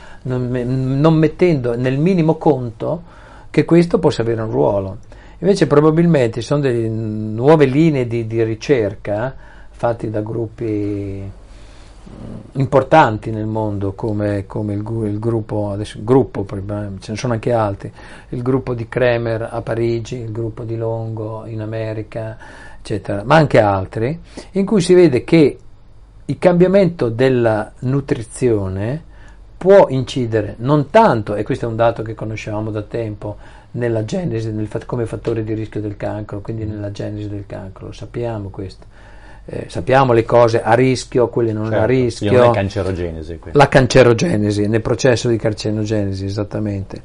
non mettendo nel minimo conto che questo possa avere un ruolo. Invece probabilmente ci sono delle nuove linee di ricerca fatti da gruppi importanti nel mondo come il gruppo, adesso ce ne sono anche altri, il gruppo di Kremer a Parigi, il gruppo di Longo in America, eccetera, ma anche altri, in cui si vede che il cambiamento della nutrizione può incidere non tanto, e questo è un dato che conoscevamo da tempo, nella genesi, come fattore di rischio del cancro, quindi nella genesi del cancro, lo sappiamo questo. Sappiamo le cose a rischio, quelle non a rischio. Non è cancerogenesi. La cancerogenesi, nel processo di carcinogenesi, esattamente.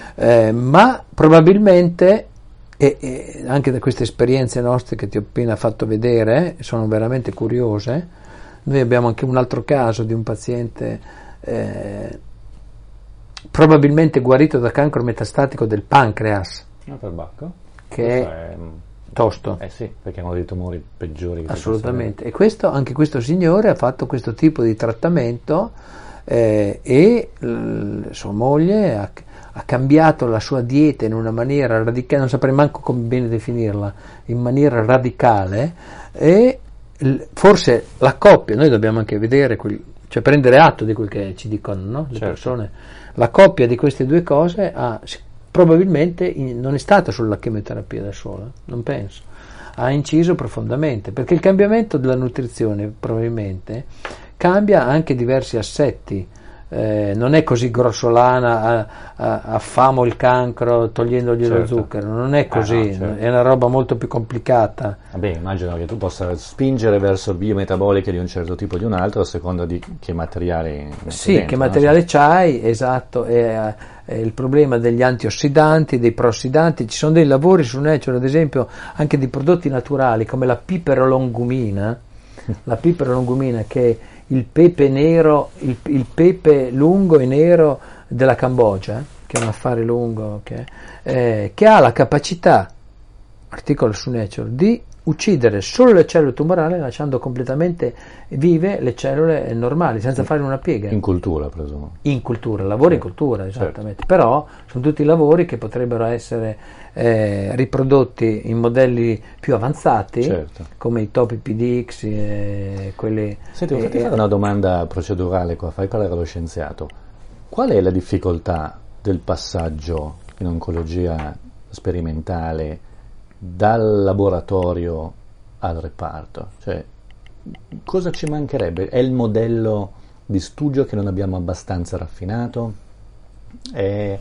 Ma probabilmente, e anche da queste esperienze nostre che ti ho appena fatto vedere, sono veramente curiose. Noi abbiamo anche un altro caso di un paziente probabilmente guarito da cancro metastatico del pancreas. Perbacco? Che è tosto. Sì, perché hanno dei tumori peggiori. Assolutamente. E anche questo signore ha fatto questo tipo di trattamento sua moglie ha cambiato la sua dieta in una maniera radicale, non saprei manco come bene definirla, in maniera radicale, e forse la coppia, noi dobbiamo anche vedere, cioè prendere atto di quel che ci dicono, no? Le persone, la coppia di queste due cose probabilmente non è stata sulla chemioterapia da sola, non penso, ha inciso profondamente, perché il cambiamento della nutrizione probabilmente cambia anche diversi assetti, non è così grossolana, affamo il cancro togliendogli lo zucchero, non è così, è una roba molto più complicata. Vabbè, immagino che tu possa spingere verso biometabiliche di un certo tipo o di un altro a seconda di che materiale che materiale c'hai, esatto, il problema degli antiossidanti, dei prossidanti. Ci sono dei lavori su Nature, ad esempio, anche di prodotti naturali come la piperolongumina, che è il pepe nero, il pepe lungo e nero della Cambogia, che è un affare lungo, che ha la capacità, articolo su Nature, di uccidere solo le cellule tumorali lasciando completamente vive le cellule normali senza fare una piega. In cultura, presumo. In cultura, lavori in cultura, esattamente. Però sono tutti lavori che potrebbero essere riprodotti in modelli più avanzati, come i topi PDX, quelli. Senti, fatti fare una domanda procedurale qua, fai parlare allo scienziato. Qual è la difficoltà del passaggio in oncologia sperimentale dal laboratorio al reparto? Cioè, cosa ci mancherebbe? È il modello di studio che non abbiamo abbastanza raffinato? È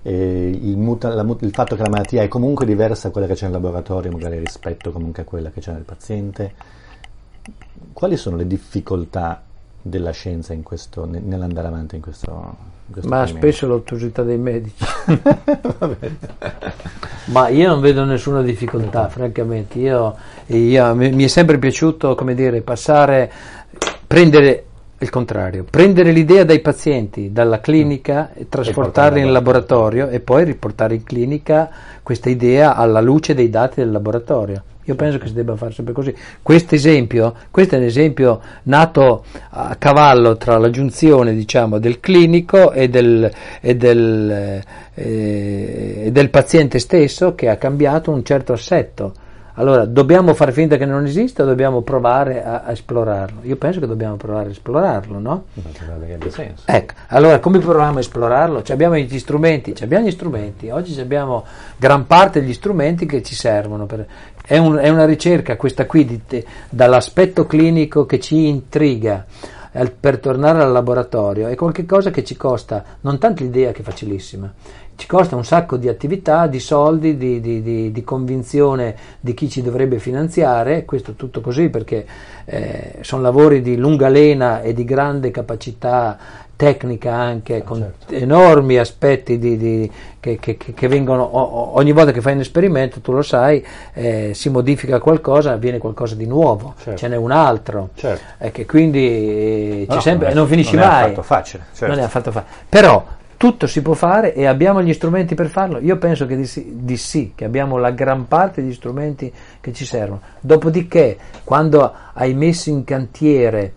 il fatto che la malattia è comunque diversa da quella che c'è nel laboratorio, magari rispetto comunque a quella che c'è nel paziente? Quali sono le difficoltà della scienza nell'andare avanti in questo ma spesso l'ottusità dei medici. Ma io non vedo nessuna difficoltà, francamente. Mi è sempre piaciuto, come dire, prendere il contrario, prendere l'idea dai pazienti, dalla clinica, e trasportarla in laboratorio e poi riportare in clinica questa idea alla luce dei dati del laboratorio. Io penso che si debba fare sempre così. Questo è un esempio nato a cavallo tra la giunzione, diciamo, del clinico e del paziente stesso, che ha cambiato un certo assetto Allora, dobbiamo far finta che non esista o dobbiamo provare a esplorarlo? Io penso che dobbiamo provare a esplorarlo, no? Avrebbe senso. Ecco, allora come proviamo a esplorarlo? Abbiamo gli strumenti, oggi abbiamo gran parte degli strumenti che ci servono. È una ricerca questa qui dall'aspetto clinico che ci intriga per tornare al laboratorio, è qualcosa che ci costa, non tanto l'idea che è facilissima, ci costa un sacco di attività, di soldi, di convinzione di chi ci dovrebbe finanziare, questo tutto così perché sono lavori di lunga lena e di grande capacità tecnica anche, con enormi aspetti che vengono, ogni volta che fai un esperimento, tu lo sai, si modifica qualcosa, avviene qualcosa di nuovo, ce n'è un altro, che quindi non finisci mai. Non è affatto facile. Non è affatto facile. Però tutto si può fare e abbiamo gli strumenti per farlo. Io penso che di sì, che abbiamo la gran parte degli strumenti che ci servono. Dopodiché, quando hai messo in cantiere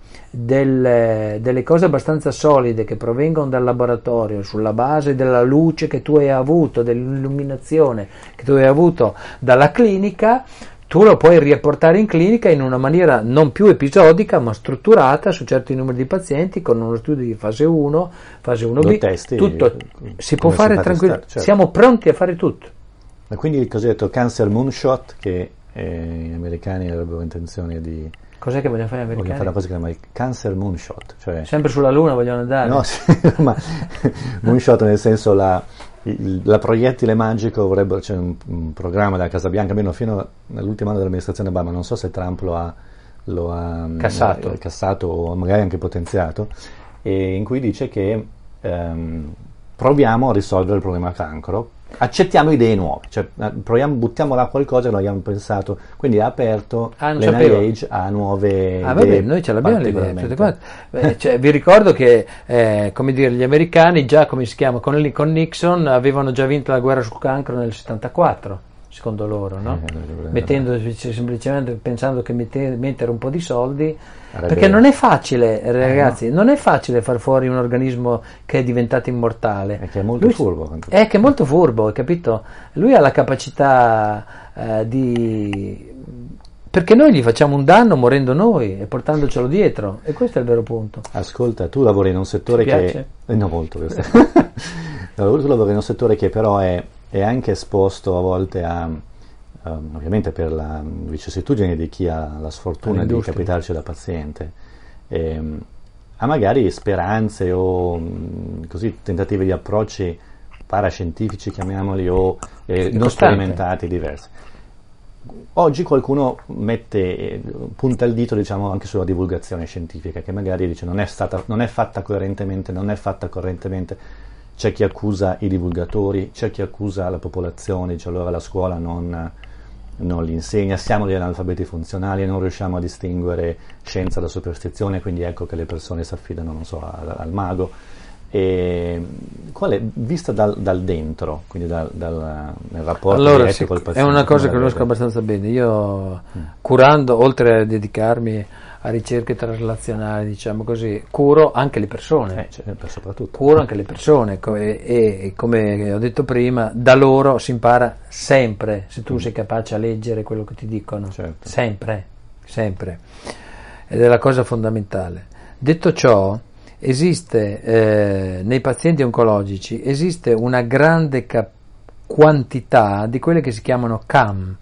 delle cose abbastanza solide che provengono dal laboratorio sulla base della luce che tu hai avuto, dell'illuminazione che tu hai avuto dalla clinica, tu lo puoi riapportare in clinica in una maniera non più episodica ma strutturata su certi numeri di pazienti con uno studio di fase 1, fase 1B, testi, tutto si può fare tranquillamente, certo. Siamo pronti a fare tutto. Ma quindi il cosiddetto cancer moonshot, che gli americani avrebbero intenzione di... Cos'è che vogliono fare gli americani? Vogliono fare una cosa che si chiama il cancer moonshot, cioè... Sempre sulla Luna vogliono andare? No, sì, ma moonshot nel senso la proiettile magico, c'è un programma della Casa Bianca, almeno fino all'ultimo anno dell'amministrazione Obama, non so se Trump lo ha cassato o magari anche potenziato, e in cui dice che proviamo a risolvere il problema cancro, accettiamo idee nuove, cioè buttiamo là qualcosa che non abbiamo pensato, quindi ha aperto l'NIH a nuove idee. Vabbè, noi ce l'abbiamo l'idea. Vi ricordo che come dire, gli americani già, come si chiama, con Nixon avevano già vinto la guerra sul cancro nel 74, secondo loro, no? Semplicemente pensando che mettere un po' di soldi, perché non è facile, ragazzi, non è facile far fuori un organismo che è diventato immortale. È che è molto furbo. È che è molto furbo, hai capito? Lui ha la capacità perché noi gli facciamo un danno morendo noi e portandocelo dietro, e questo è il vero punto. Ascolta, tu lavori in un settore che... no, molto questo. Tu lavori in un settore che però è anche esposto a volte a, ovviamente per la vicissitudine di chi ha la sfortuna di capitarci da paziente, a magari speranze o così tentativi di approcci parascientifici, chiamiamoli, o non sperimentati, diversi. Oggi qualcuno punta il dito, diciamo, anche sulla divulgazione scientifica, che magari dice non è fatta coerentemente, non è fatta correntemente. C'è chi accusa i divulgatori, c'è chi accusa la popolazione, dice allora la scuola non li insegna, siamo degli analfabeti funzionali e non riusciamo a distinguere scienza da superstizione, quindi ecco che le persone si affidano, non so, al mago. E qual è, vista dal dentro, quindi nel rapporto diretto col paziente? È una cosa che conosco abbastanza bene. Io curando, oltre a dedicarmi a ricerche traslazionali, diciamo così, curo anche le persone, soprattutto. Curo anche le persone e come ho detto prima, da loro si impara sempre, se tu sei capace a leggere quello che ti dicono, sempre, ed è la cosa fondamentale. Detto ciò, esiste nei pazienti oncologici esiste una grande quantità di quelle che si chiamano CAM,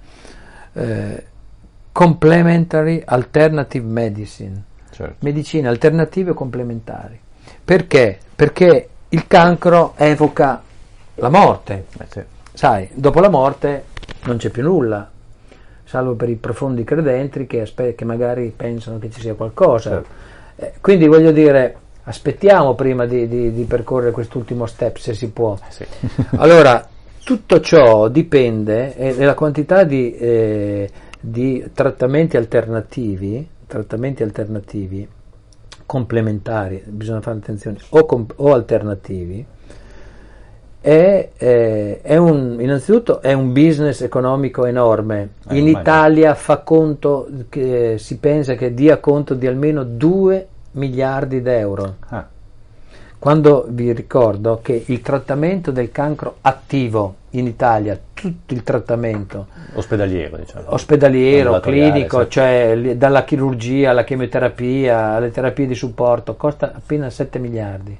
Complementary Alternative Medicine, medicine alternative complementari. Perché? Perché il cancro evoca la morte, sai, dopo la morte non c'è più nulla, salvo per i profondi credenti che magari pensano che ci sia qualcosa. Quindi voglio dire, aspettiamo prima di percorrere quest'ultimo step, se si può. Allora, tutto ciò dipende della quantità di trattamenti alternativi complementari, bisogna fare attenzione, o alternativi. Innanzitutto è un business economico enorme. In Italia fa conto, si pensa che dia conto di almeno 2 miliardi d'euro. Quando vi ricordo che il trattamento del cancro attivo in Italia, tutto il trattamento ospedaliero, diciamo. Ospedaliero, clinico, sì. Cioè dalla chirurgia alla chemioterapia, alle terapie di supporto, costa appena 7 miliardi.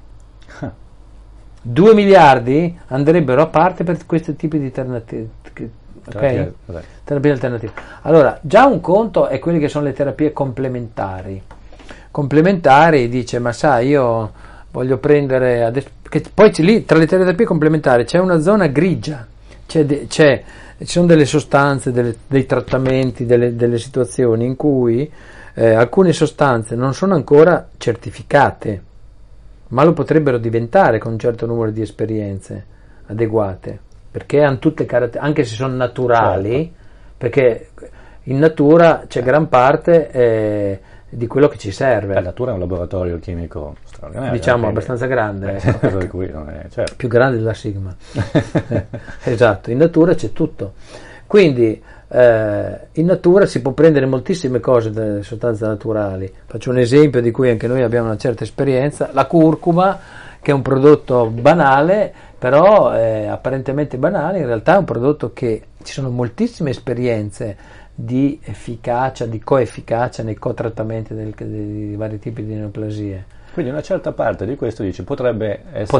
2 miliardi andrebbero a parte per questi tipi di alternative. Ok? Terapie alternative. Allora, già un conto è quelle che sono le terapie complementari. Complementari, dice, ma sai, io voglio prendere adesso, che poi lì tra le terapie complementari c'è una zona grigia, ci sono delle sostanze, dei trattamenti, delle situazioni in cui alcune sostanze non sono ancora certificate, ma lo potrebbero diventare con un certo numero di esperienze adeguate, perché hanno tutte anche se sono naturali, certo. Perché in natura c'è gran parte di quello che ci serve. La natura è un laboratorio chimico straordinario. Diciamo abbastanza grande. Per cui non è, certo. Più grande della Sigma. Esatto, in natura c'è tutto. Quindi in natura si può prendere moltissime cose dalle sostanze naturali. Faccio un esempio di cui anche noi abbiamo una certa esperienza: la curcuma, che è un prodotto banale, però apparentemente banale, in realtà è un prodotto che ci sono moltissime esperienze di efficacia, di coefficacia nei cotrattamenti dei vari tipi di neoplasie. Quindi una certa parte di questo dice potrebbe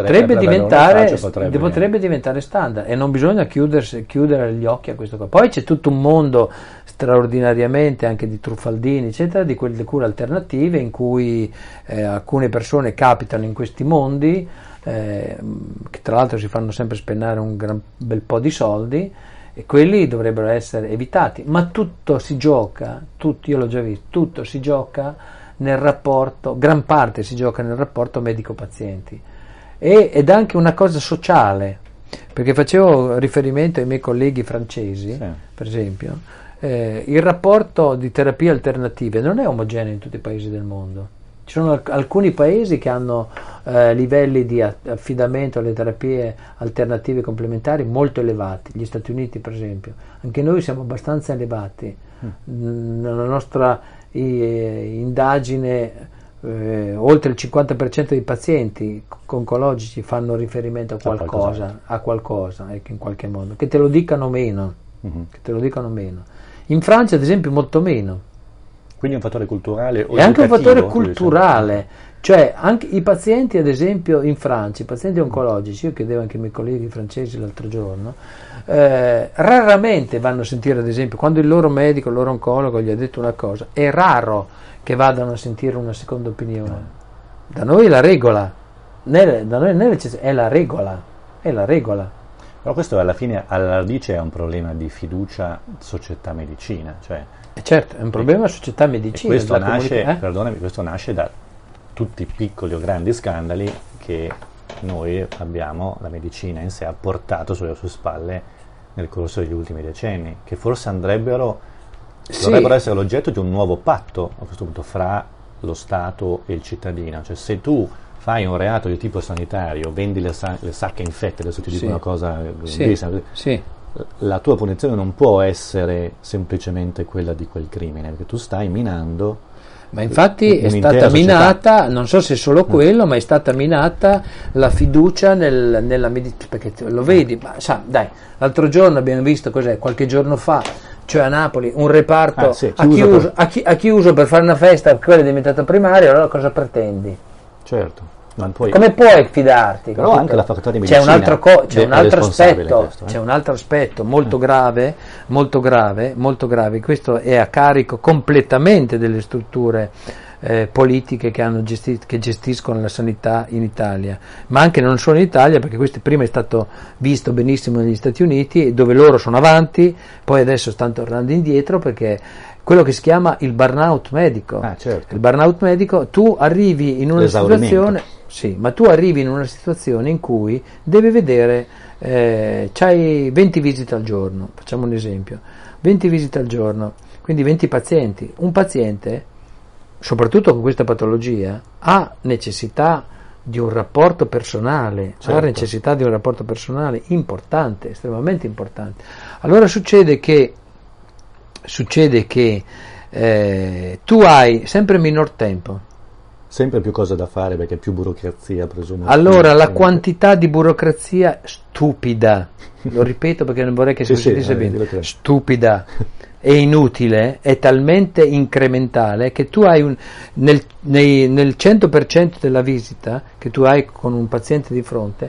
diventare standard, e non bisogna chiudere gli occhi a questo qua. Poi c'è tutto un mondo straordinariamente anche di truffaldini eccetera, di quelle cure alternative in cui alcune persone capitano in questi mondi, che tra l'altro si fanno sempre spennare un gran bel po' di soldi, e quelli dovrebbero essere evitati. Ma tutto si gioca, io l'ho già visto, tutto si gioca nel rapporto, gran parte si gioca nel rapporto medico-pazienti, ed anche una cosa sociale, perché facevo riferimento ai miei colleghi francesi, sì. Per esempio, il rapporto di terapie alternative non è omogeneo in tutti i paesi del mondo. Ci sono alcuni paesi che hanno livelli di affidamento alle terapie alternative complementari molto elevati, gli Stati Uniti per esempio. Anche noi siamo abbastanza elevati. Nella nostra indagine oltre il 50% dei pazienti oncologici fanno riferimento a qualcosa in qualche modo, che te lo dicano meno, In Francia ad esempio molto meno. Quindi è un fattore culturale o è anche un fattore culturale, cioè anche i pazienti ad esempio in Francia, i pazienti oncologici, io chiedevo anche ai miei colleghi francesi l'altro giorno, raramente vanno a sentire, ad esempio, quando il loro medico, il loro oncologo gli ha detto una cosa, è raro che vadano a sentire una seconda opinione. Da noi è la regola, è la regola. Però questo alla fine, alla radice, è un problema di fiducia società-medicina, cioè. Certo, è un problema società-medicina. Questo nasce da tutti i piccoli o grandi scandali che noi abbiamo, la medicina in sé ha portato sulle sue spalle nel corso degli ultimi decenni, che forse dovrebbero essere l'oggetto di un nuovo patto a questo punto fra lo Stato e il cittadino. Cioè, se tu fai un reato di tipo sanitario, vendi le sacche infette, adesso ti dico una cosa, la tua punizione non può essere semplicemente quella di quel crimine, perché tu stai minando. Ma infatti è stata minata, non so se solo quello, ma è stata minata la fiducia nella medicina, perché lo vedi, ma dai, l'altro giorno abbiamo visto qualche giorno fa, cioè a Napoli, un reparto ha chiuso per fare una festa, quella è diventata primaria, allora cosa pretendi? Certo. Come puoi fidarti? Però anche la facoltà di medicina c'è un altro aspetto molto grave, questo è a carico completamente delle strutture politiche che gestiscono la sanità in Italia, ma anche non solo in Italia, perché questo prima è stato visto benissimo negli Stati Uniti, dove loro sono avanti, poi adesso stanno tornando indietro, perché quello che si chiama il burnout medico. Certo. Il burnout medico, tu arrivi in una situazione in cui devi vedere, c'hai 20 visite al giorno, facciamo un esempio, 20 visite al giorno, quindi 20 pazienti. Un paziente, soprattutto con questa patologia, ha necessità di un rapporto personale, importante, estremamente importante. Allora succede che tu hai sempre minor tempo, sempre più cose da fare perché più burocrazia, presumo. Allora, la quantità di burocrazia stupida, lo ripeto perché non vorrei che si sentisse bene, stupida e inutile, è talmente incrementale che tu hai nel 100% della visita che tu hai con un paziente di fronte,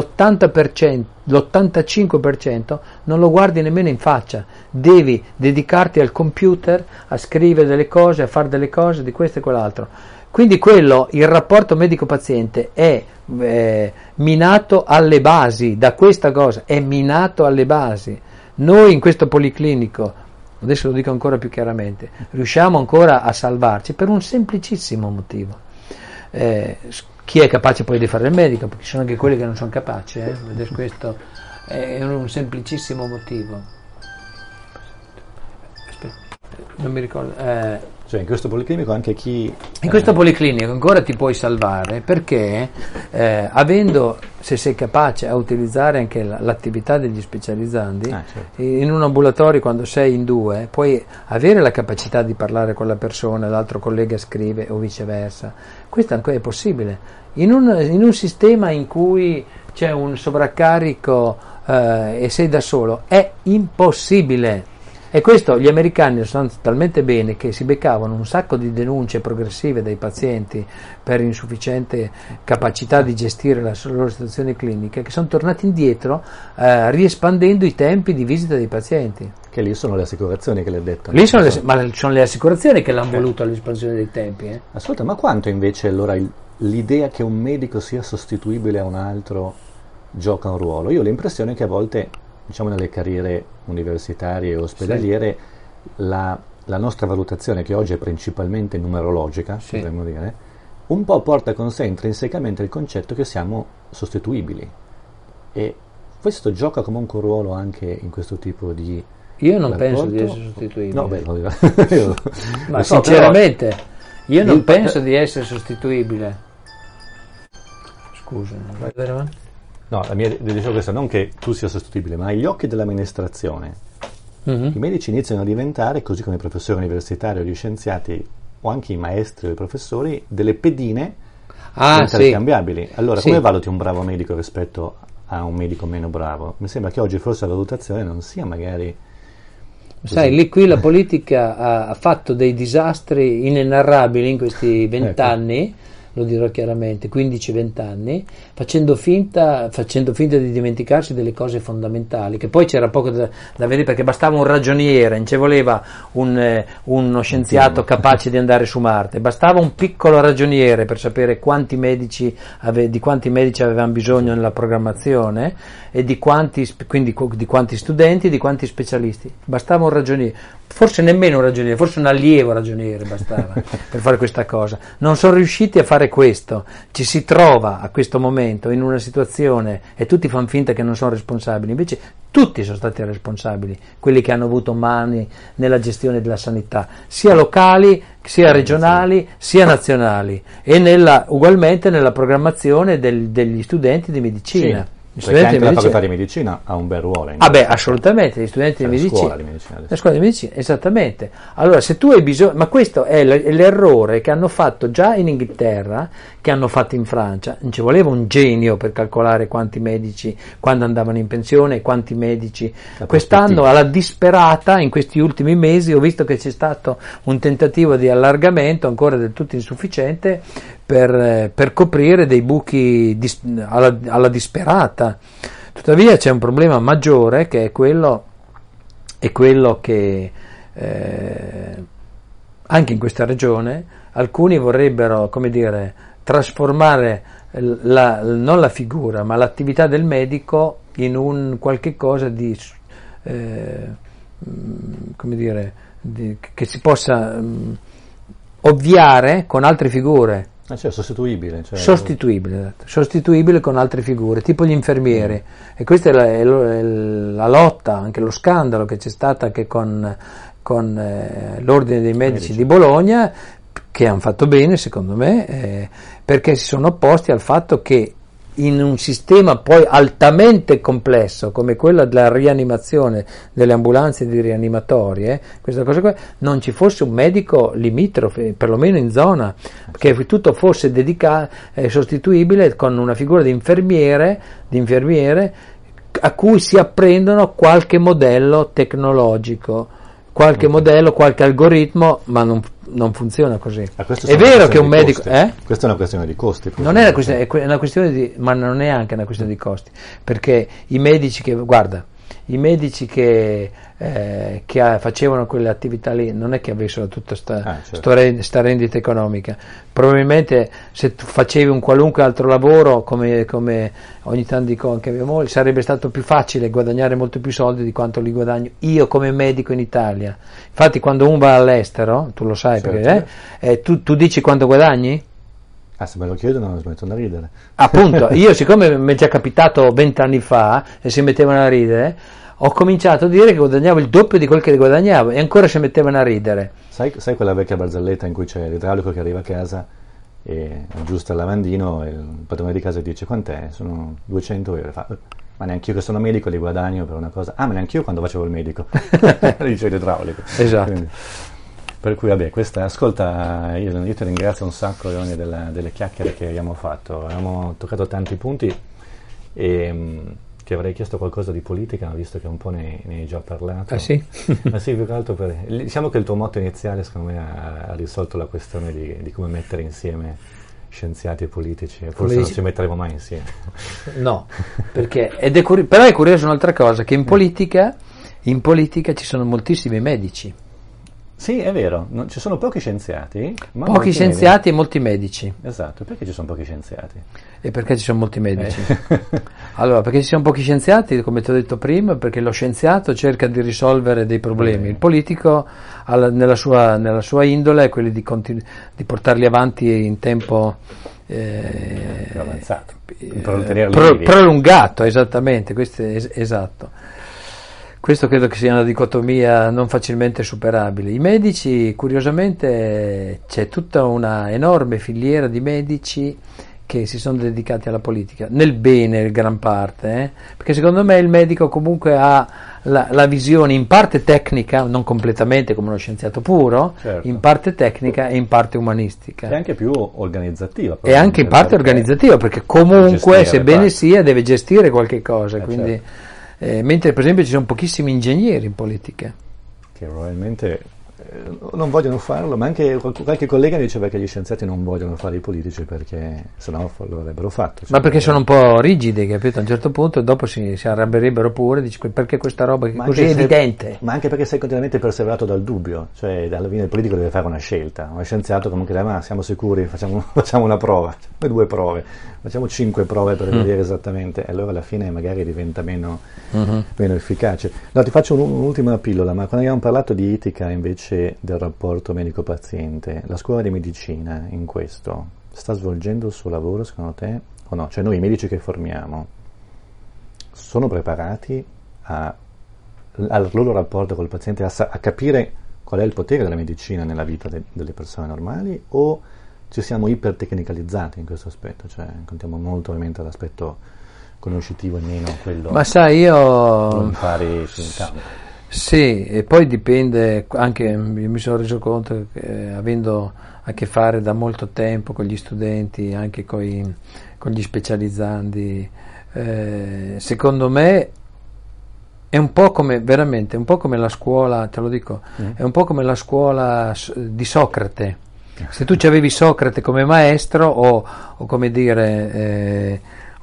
l'85% non lo guardi nemmeno in faccia, devi dedicarti al computer, a scrivere delle cose, a fare delle cose di questo e quell'altro. Quindi il rapporto medico-paziente è minato alle basi, da questa cosa, è minato alle basi. Noi in questo policlinico, adesso lo dico ancora più chiaramente, riusciamo ancora a salvarci per un semplicissimo motivo. Chi è capace poi di fare il medico? Perché ci sono anche quelli che non sono capaci, questo è un semplicissimo motivo. Aspetta, non mi ricordo. Cioè in questo policlinico anche chi... In questo policlinico ancora ti puoi salvare perché avendo, se sei capace a utilizzare anche l'attività degli specializzandi, certo. In un ambulatorio quando sei in due puoi avere la capacità di parlare con la persona, l'altro collega scrive o viceversa. Questo ancora è possibile. In un sistema in cui c'è un sovraccarico e sei da solo è impossibile. E questo gli americani lo sanno talmente bene che si beccavano un sacco di denunce progressive dai pazienti per insufficiente capacità di gestire le loro situazioni cliniche, che sono tornati indietro riespandendo i tempi di visita dei pazienti. Che lì sono le assicurazioni che le dettano. Lì sono le assicurazioni che l'hanno voluto all'espansione dei tempi. Ascolta, ma quanto invece allora l'idea che un medico sia sostituibile a un altro gioca un ruolo? Io ho l'impressione che a volte, diciamo nelle carriere universitarie o ospedaliere, la nostra valutazione, che oggi è principalmente numerologica, potremmo dire, un po' porta con sé intrinsecamente il concetto che siamo sostituibili, e questo gioca comunque un ruolo anche in questo tipo di io non rapporto. penso di essere sostituibile. No, beh, ma sinceramente io non penso di essere sostituibile. Scusa, vai avanti. No, la mia dicevo questa, non che tu sia sostituibile, ma agli occhi dell'amministrazione i medici iniziano a diventare, così come i professori universitari o gli scienziati o anche i maestri o i professori, delle pedine intercambiabili. Allora, come valuti un bravo medico rispetto a un medico meno bravo? Mi sembra che oggi forse la valutazione non sia magari... Sai, qui la politica ha fatto dei disastri inenarrabili in questi 20 anni, lo dirò chiaramente, 15-20 anni, facendo finta di dimenticarsi delle cose fondamentali, che poi c'era poco da vedere, perché bastava un ragioniere, non ci voleva uno scienziato capace di andare su Marte, bastava un piccolo ragioniere per sapere di quanti medici avevamo bisogno nella programmazione e di quanti studenti, di quanti specialisti. Bastava un ragioniere, forse nemmeno un ragioniere, forse un allievo ragioniere bastava per fare questa cosa. Non sono riusciti a fare questo, ci si trova a questo momento in una situazione e tutti fanno finta che non sono responsabili, invece tutti sono stati responsabili, quelli che hanno avuto mani nella gestione della sanità, sia locali, sia regionali, sia nazionali, e ugualmente nella programmazione degli studenti di medicina. Perché anche la facoltà di medicina ha un bel ruolo. Assolutamente, gli studenti di medicina. La scuola di medicina, esattamente. Allora, se tu hai bisogno, ma questo è l'errore che hanno fatto già in Inghilterra, che hanno fatto in Francia. Non ci voleva un genio per calcolare quanti medici, quando andavano in pensione, e quanti medici. Quest'anno, alla disperata, in questi ultimi mesi, ho visto che c'è stato un tentativo di allargamento ancora del tutto insufficiente per coprire dei buchi alla disperata. Tuttavia c'è un problema maggiore, che è quello che anche in questa regione alcuni vorrebbero, come dire, trasformare non la figura ma l'attività del medico in un qualche cosa di come dire, che si possa ovviare con altre figure. Cioè sostituibile con altre figure, tipo gli infermieri. E questa è la lotta, anche lo scandalo che c'è stato anche con l'Ordine dei Medici di Bologna, che hanno fatto bene secondo me, perché si sono opposti al fatto che in un sistema poi altamente complesso come quello della rianimazione delle ambulanze di rianimatorie, questa cosa qua, non ci fosse un medico limitrofe, perlomeno in zona, che tutto fosse sostituibile con una figura di infermiere a cui si apprendono qualche modello tecnologico, qualche modello, qualche algoritmo, ma non funziona così. È vero che un medico... Questa è una questione di costi. Non è una questione di... ma non è anche una questione di costi, perché i medici che facevano quelle attività lì non è che avessero tutta sta rendita economica. Probabilmente se tu facevi un qualunque altro lavoro, come ogni tanto dico anche a mia moglie, sarebbe stato più facile guadagnare molto più soldi di quanto li guadagno io come medico in Italia. Infatti quando uno va all'estero, tu lo sai, certo, perché tu dici quanto guadagni? Se me lo chiedono non smettono da ridere. Appunto, io siccome mi è già capitato 20 anni fa e si mettevano a ridere, ho cominciato a dire che guadagnavo il doppio di quel che guadagnavo e ancora si mettevano a ridere. Sai quella vecchia barzelletta in cui c'è l'idraulico che arriva a casa e aggiusta il lavandino e il padrone di casa dice quant'è? Sono 200 euro. Fa, ma neanche io che sono medico li guadagno per una cosa. Ma neanche io quando facevo il medico. Dice l'idraulico. Esatto. Quindi, per cui vabbè, ascolta, io ti ringrazio un sacco delle chiacchiere che abbiamo fatto, abbiamo toccato tanti punti e ti avrei chiesto qualcosa di politica, ma visto che un po' ne hai già parlato. Ah sì? Ma sì, più che altro diciamo che il tuo motto iniziale secondo me ha risolto la questione di come mettere insieme scienziati e politici, forse non ci metteremo mai insieme. No, perché però è curioso un'altra cosa, che in politica ci sono moltissimi medici. Sì, è vero, ci sono pochi scienziati. Ma pochi scienziati e molti medici. Esatto, perché ci sono pochi scienziati? E perché ci sono molti medici? Allora, perché ci sono pochi scienziati, come ti ho detto prima, perché lo scienziato cerca di risolvere dei problemi, il politico nella sua indole è quello di portarli avanti in tempo avanzato, prolungato, esattamente, questo è esatto. Questo credo che sia una dicotomia non facilmente superabile. I medici, curiosamente, c'è tutta una enorme filiera di medici che si sono dedicati alla politica, nel bene in gran parte, perché secondo me il medico comunque ha la visione in parte tecnica, non completamente come uno scienziato puro, certo, in parte tecnica e in parte umanistica. E anche più organizzativa. E anche in parte organizzativa, perché comunque, sebbene sia, deve gestire qualche cosa, quindi... Certo. Mentre per esempio ci sono pochissimi ingegneri in politica che probabilmente non vogliono farlo, ma anche qualche collega diceva che gli scienziati non vogliono fare i politici perché sennò lo avrebbero fatto. Ma perché sono un po' rigidi, capito? A un certo punto dopo si arrabbierebbero pure, dici perché questa roba che è così evidente? Ma anche perché sei continuamente perseverato dal dubbio, cioè alla fine il politico deve fare una scelta, uno scienziato comunque ma siamo sicuri, facciamo una prova, 2 prove, facciamo 5 prove per vedere esattamente, e allora alla fine magari diventa meno efficace. No, ti faccio un'ultima pillola, ma quando abbiamo parlato di etica invece del rapporto medico-paziente, la scuola di medicina in questo sta svolgendo il suo lavoro secondo te o no? Cioè noi i medici che formiamo sono preparati al loro rapporto col paziente, a capire qual è il potere della medicina nella vita delle persone normali, o ci siamo ipertecnicalizzati in questo aspetto, cioè contiamo molto ovviamente all'aspetto conoscitivo e meno quello, ma sai, io impari sul campo. Sì, e poi dipende anche, io mi sono reso conto che avendo a che fare da molto tempo con gli studenti, anche con gli specializzandi, secondo me è un po' come, veramente, un po' come la scuola, te lo dico, è un po' come la scuola di Socrate. Se tu ci avevi Socrate come maestro o come dire,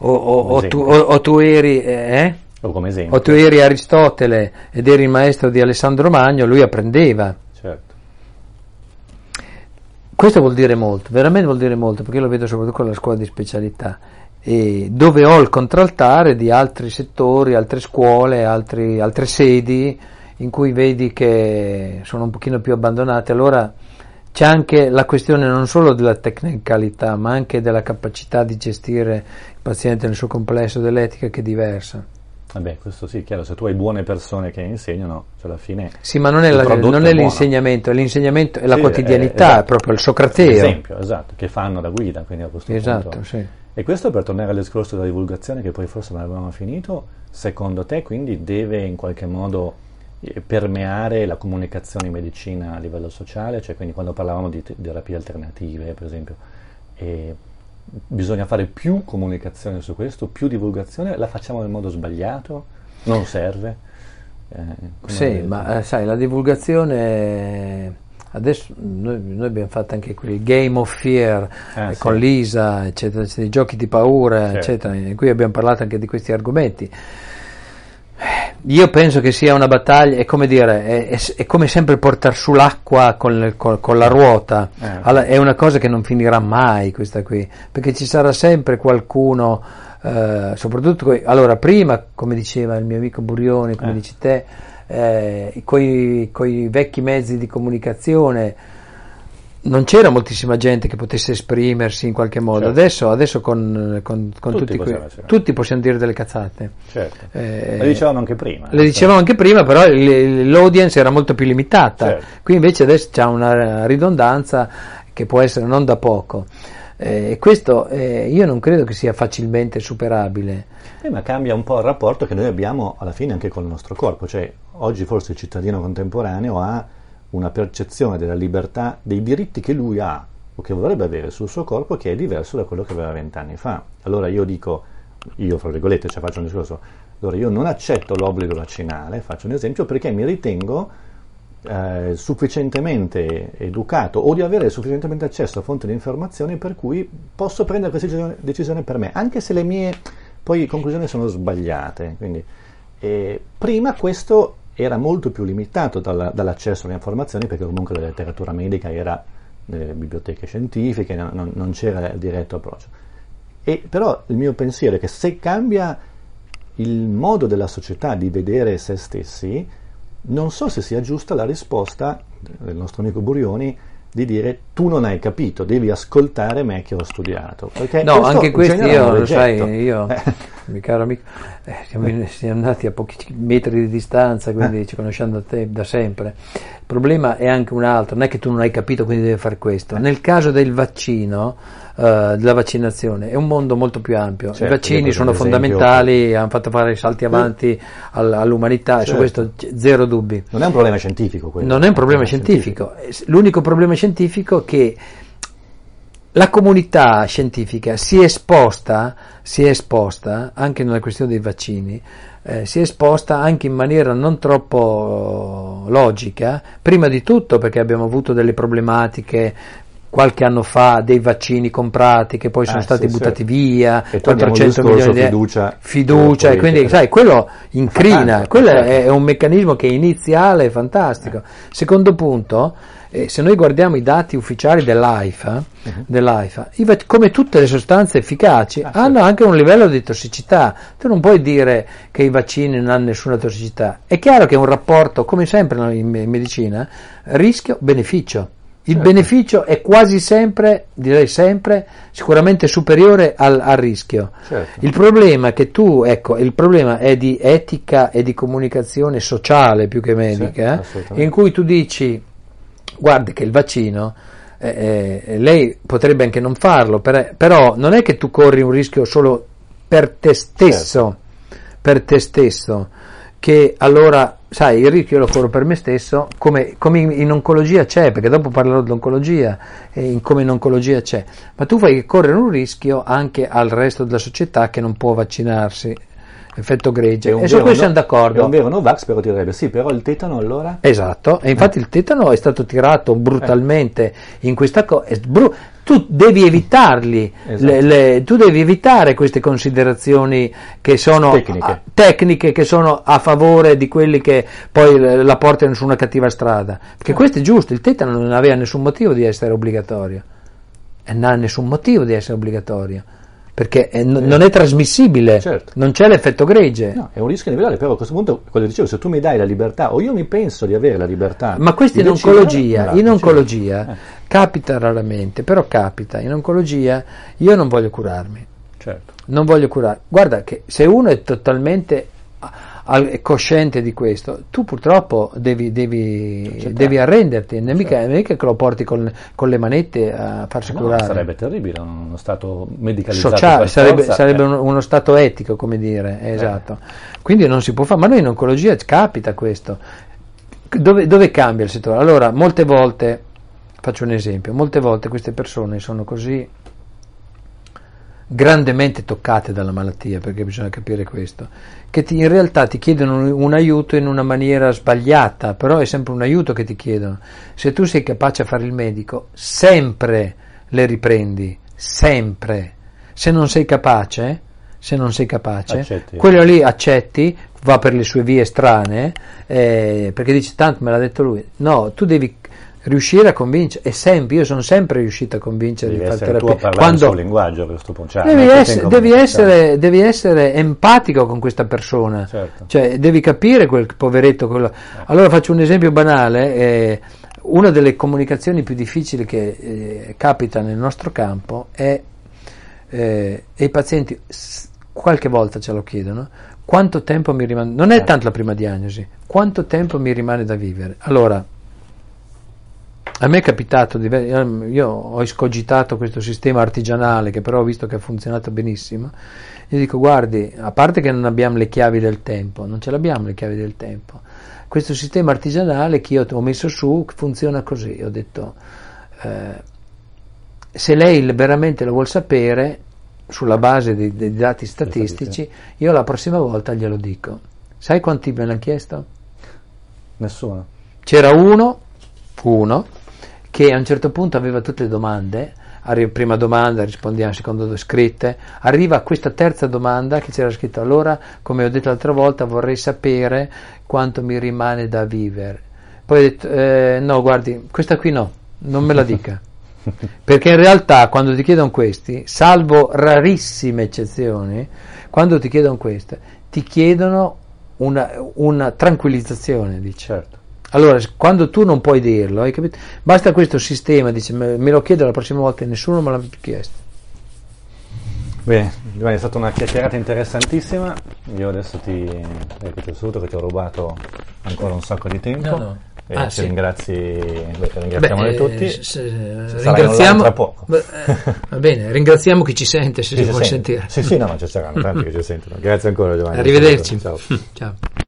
o tu eri... O come esempio. O tu eri Aristotele ed eri il maestro di Alessandro Magno, lui apprendeva. Certo. Questo vuol dire molto, veramente vuol dire molto, perché io lo vedo soprattutto con la scuola di specialità, e dove ho il contraltare di altri settori, altre scuole, altre sedi, in cui vedi che sono un pochino più abbandonate. Allora c'è anche la questione non solo della tecnicalità, ma anche della capacità di gestire il paziente nel suo complesso, dell'etica, che è diversa. Vabbè, questo sì, chiaro, se tu hai buone persone che insegnano, cioè alla fine... Sì, ma non è l'insegnamento, l'insegnamento è la quotidianità, esatto, è proprio il socrateo. Per esempio, esatto, che fanno da guida, quindi a questo punto... Sì. E questo, per tornare al discorso della divulgazione, che poi forse non avevamo finito, secondo te quindi deve in qualche modo permeare la comunicazione in medicina a livello sociale? Cioè, quindi quando parlavamo di terapie alternative, per esempio, bisogna fare più comunicazione su questo, più divulgazione, la facciamo nel modo sbagliato? Non serve? Sì, ma sai, la divulgazione, adesso noi abbiamo fatto anche quel Game of Fear con Lisa, eccetera, dei giochi di paura, eccetera, in cui abbiamo parlato anche di questi argomenti. Io penso che sia una battaglia, è come dire, è come sempre portare su l'acqua con la ruota. È una cosa che non finirà mai, questa qui, perché ci sarà sempre qualcuno, soprattutto allora prima, come diceva il mio amico Burioni, come dici te, coi vecchi mezzi di comunicazione non c'era moltissima gente che potesse esprimersi in qualche modo. Adesso con tutti possiamo dire delle cazzate. Le dicevamo anche prima. Le dicevamo anche prima, però l'audience era molto più limitata. Qui invece adesso c'è una ridondanza che può essere non da poco. Questo io non credo che sia facilmente superabile. Ma cambia un po' il rapporto che noi abbiamo alla fine anche con il nostro corpo. Cioè, oggi forse il cittadino contemporaneo ha una percezione della libertà, dei diritti che lui ha o che vorrebbe avere sul suo corpo, che è diverso da quello che aveva 20 anni fa. Allora io fra virgolette, faccio un discorso, allora io non accetto l'obbligo vaccinale, faccio un esempio, perché mi ritengo sufficientemente educato o di avere sufficientemente accesso a fonti di informazioni per cui posso prendere questa decisione per me, anche se le mie poi conclusioni sono sbagliate. Quindi prima questo era molto più limitato dall'accesso alle informazioni, perché comunque la letteratura medica era nelle biblioteche scientifiche, non c'era il diretto approccio. Però il mio pensiero è che se cambia il modo della società di vedere se stessi, non so se sia giusta la risposta del nostro amico Burioni di dire: tu non hai capito, devi ascoltare me che ho studiato. Perché no, anche questo io lo sai, mio caro amico, siamo andati a pochi metri di distanza, quindi ci conosciamo da sempre. Il problema è anche un altro, non è che tu non hai capito quindi devi fare questo. Nel caso del vaccino, della vaccinazione, è un mondo molto più ampio. I vaccini sono fondamentali, hanno fatto fare salti avanti all'umanità, e su questo zero dubbi. Non è un problema scientifico quello. Non è un problema scientifico. L'unico problema scientifico è che la comunità scientifica si è esposta anche nella questione dei vaccini, si è esposta anche in maniera non troppo logica, prima di tutto perché abbiamo avuto delle problematiche qualche anno fa, dei vaccini comprati che poi sono stati buttati via, e 400 milioni di fiducia, e quindi sai, quello incrina, quello è un meccanismo che è iniziale, è fantastico. Secondo punto, se noi guardiamo i dati ufficiali dell'AIFA, come tutte le sostanze efficaci hanno anche un livello di tossicità. Tu non puoi dire che i vaccini non hanno nessuna tossicità. È chiaro che è un rapporto, come sempre in medicina, rischio-beneficio. Il beneficio è quasi sempre, direi sempre, sicuramente superiore al rischio. Il problema è che il problema è di etica e di comunicazione sociale più che medica, in cui tu dici: guardi che il vaccino, lei potrebbe anche non farlo, però non è che tu corri un rischio solo per te stesso, che allora, sai, il rischio lo corro per me stesso, come in oncologia c'è, perché dopo parlerò dell'oncologia, come in oncologia c'è, ma tu fai correre un rischio anche al resto della società che non può vaccinarsi. Effetto gregge, e su questo siamo d'accordo. È un vero Novax, però direbbe sì, però il tetano allora? Esatto, e infatti il tetano è stato tirato brutalmente in questa cosa. Tu devi evitarli, tu devi evitare queste considerazioni che sono tecniche, che sono a favore di quelli che poi la portano su una cattiva strada, perché questo è giusto. Il tetano non aveva nessun motivo di essere obbligatorio, e non ha nessun motivo di essere obbligatorio, perché non è trasmissibile, non c'è l'effetto gregge. No, è un rischio individuale, però a questo punto, quello che dicevo, se tu mi dai la libertà, o io mi penso di avere la libertà. Ma questo in oncologia capita raramente, però capita. In oncologia io non voglio curarmi. Non voglio curare. Guarda che se uno è totalmente è cosciente di questo, tu purtroppo devi arrenderti, non è mica che lo porti con le manette a farsi curare. Sarebbe terribile uno stato medicalizzato sociale, per sarebbe uno stato etico, come dire, esatto. Quindi non si può fare, ma noi in oncologia capita questo. Dove cambia il settore? Allora, molte volte, faccio un esempio, molte volte queste persone sono così grandemente toccate dalla malattia, perché bisogna capire questo, che in realtà ti chiedono un aiuto in una maniera sbagliata, però è sempre un aiuto che ti chiedono. Se tu sei capace a fare il medico, sempre le riprendi, sempre. Se non sei capace, accetti. Quello lì accetti, va per le sue vie strane, perché dici tanto me l'ha detto lui. No, tu devi riuscire a convincere, e sempre, io sono sempre riuscito a convincere devi di fare essere terapia. Tu a parlare il suo linguaggio a questo punto. Devi essere empatico con questa persona, certo. Cioè devi capire quel poveretto. Allora faccio un esempio banale, una delle comunicazioni più difficili che capita nel nostro campo è e i pazienti qualche volta ce lo chiedono: quanto tempo mi rimane, non è tanto la prima diagnosi, quanto tempo mi rimane da vivere. Allora, a me è capitato, io ho escogitato questo sistema artigianale che però ho visto che ha funzionato benissimo. Io dico: guardi, a parte che non abbiamo le chiavi del tempo, non ce l'abbiamo le chiavi del tempo, questo sistema artigianale che io ho messo su funziona così. Ho detto, se lei veramente lo vuol sapere sulla base dei dati statistici, io la prossima volta glielo dico. Sai quanti me l'hanno chiesto? Nessuno. C'era uno che a un certo punto aveva tutte le domande, prima domanda, rispondiamo, seconda scritte, arriva a questa terza domanda che c'era scritto: allora, come ho detto l'altra volta, vorrei sapere quanto mi rimane da vivere. Poi ho detto, no, guardi, questa qui no, non me la dica. Perché in realtà quando ti chiedono questi, salvo rarissime eccezioni, quando ti chiedono queste, ti chiedono una tranquillizzazione, dice. Certo. Allora, quando tu non puoi dirlo, hai capito? Basta questo sistema, dice, me lo chiedo la prossima volta e nessuno me l'ha più chiesto. Bene, Giovanni, è stata una chiacchierata interessantissima. Io adesso ti saluto, che ti ho rubato ancora un sacco di tempo. No. Ci ringraziamo noi tutti. Ringraziamo tra poco. Va bene, ringraziamo chi ci sente, se si può sentire. Sì, no, ma ci saranno tanti che ci sentono. Grazie ancora, Giovanni. Arrivederci. Ciao. Ciao.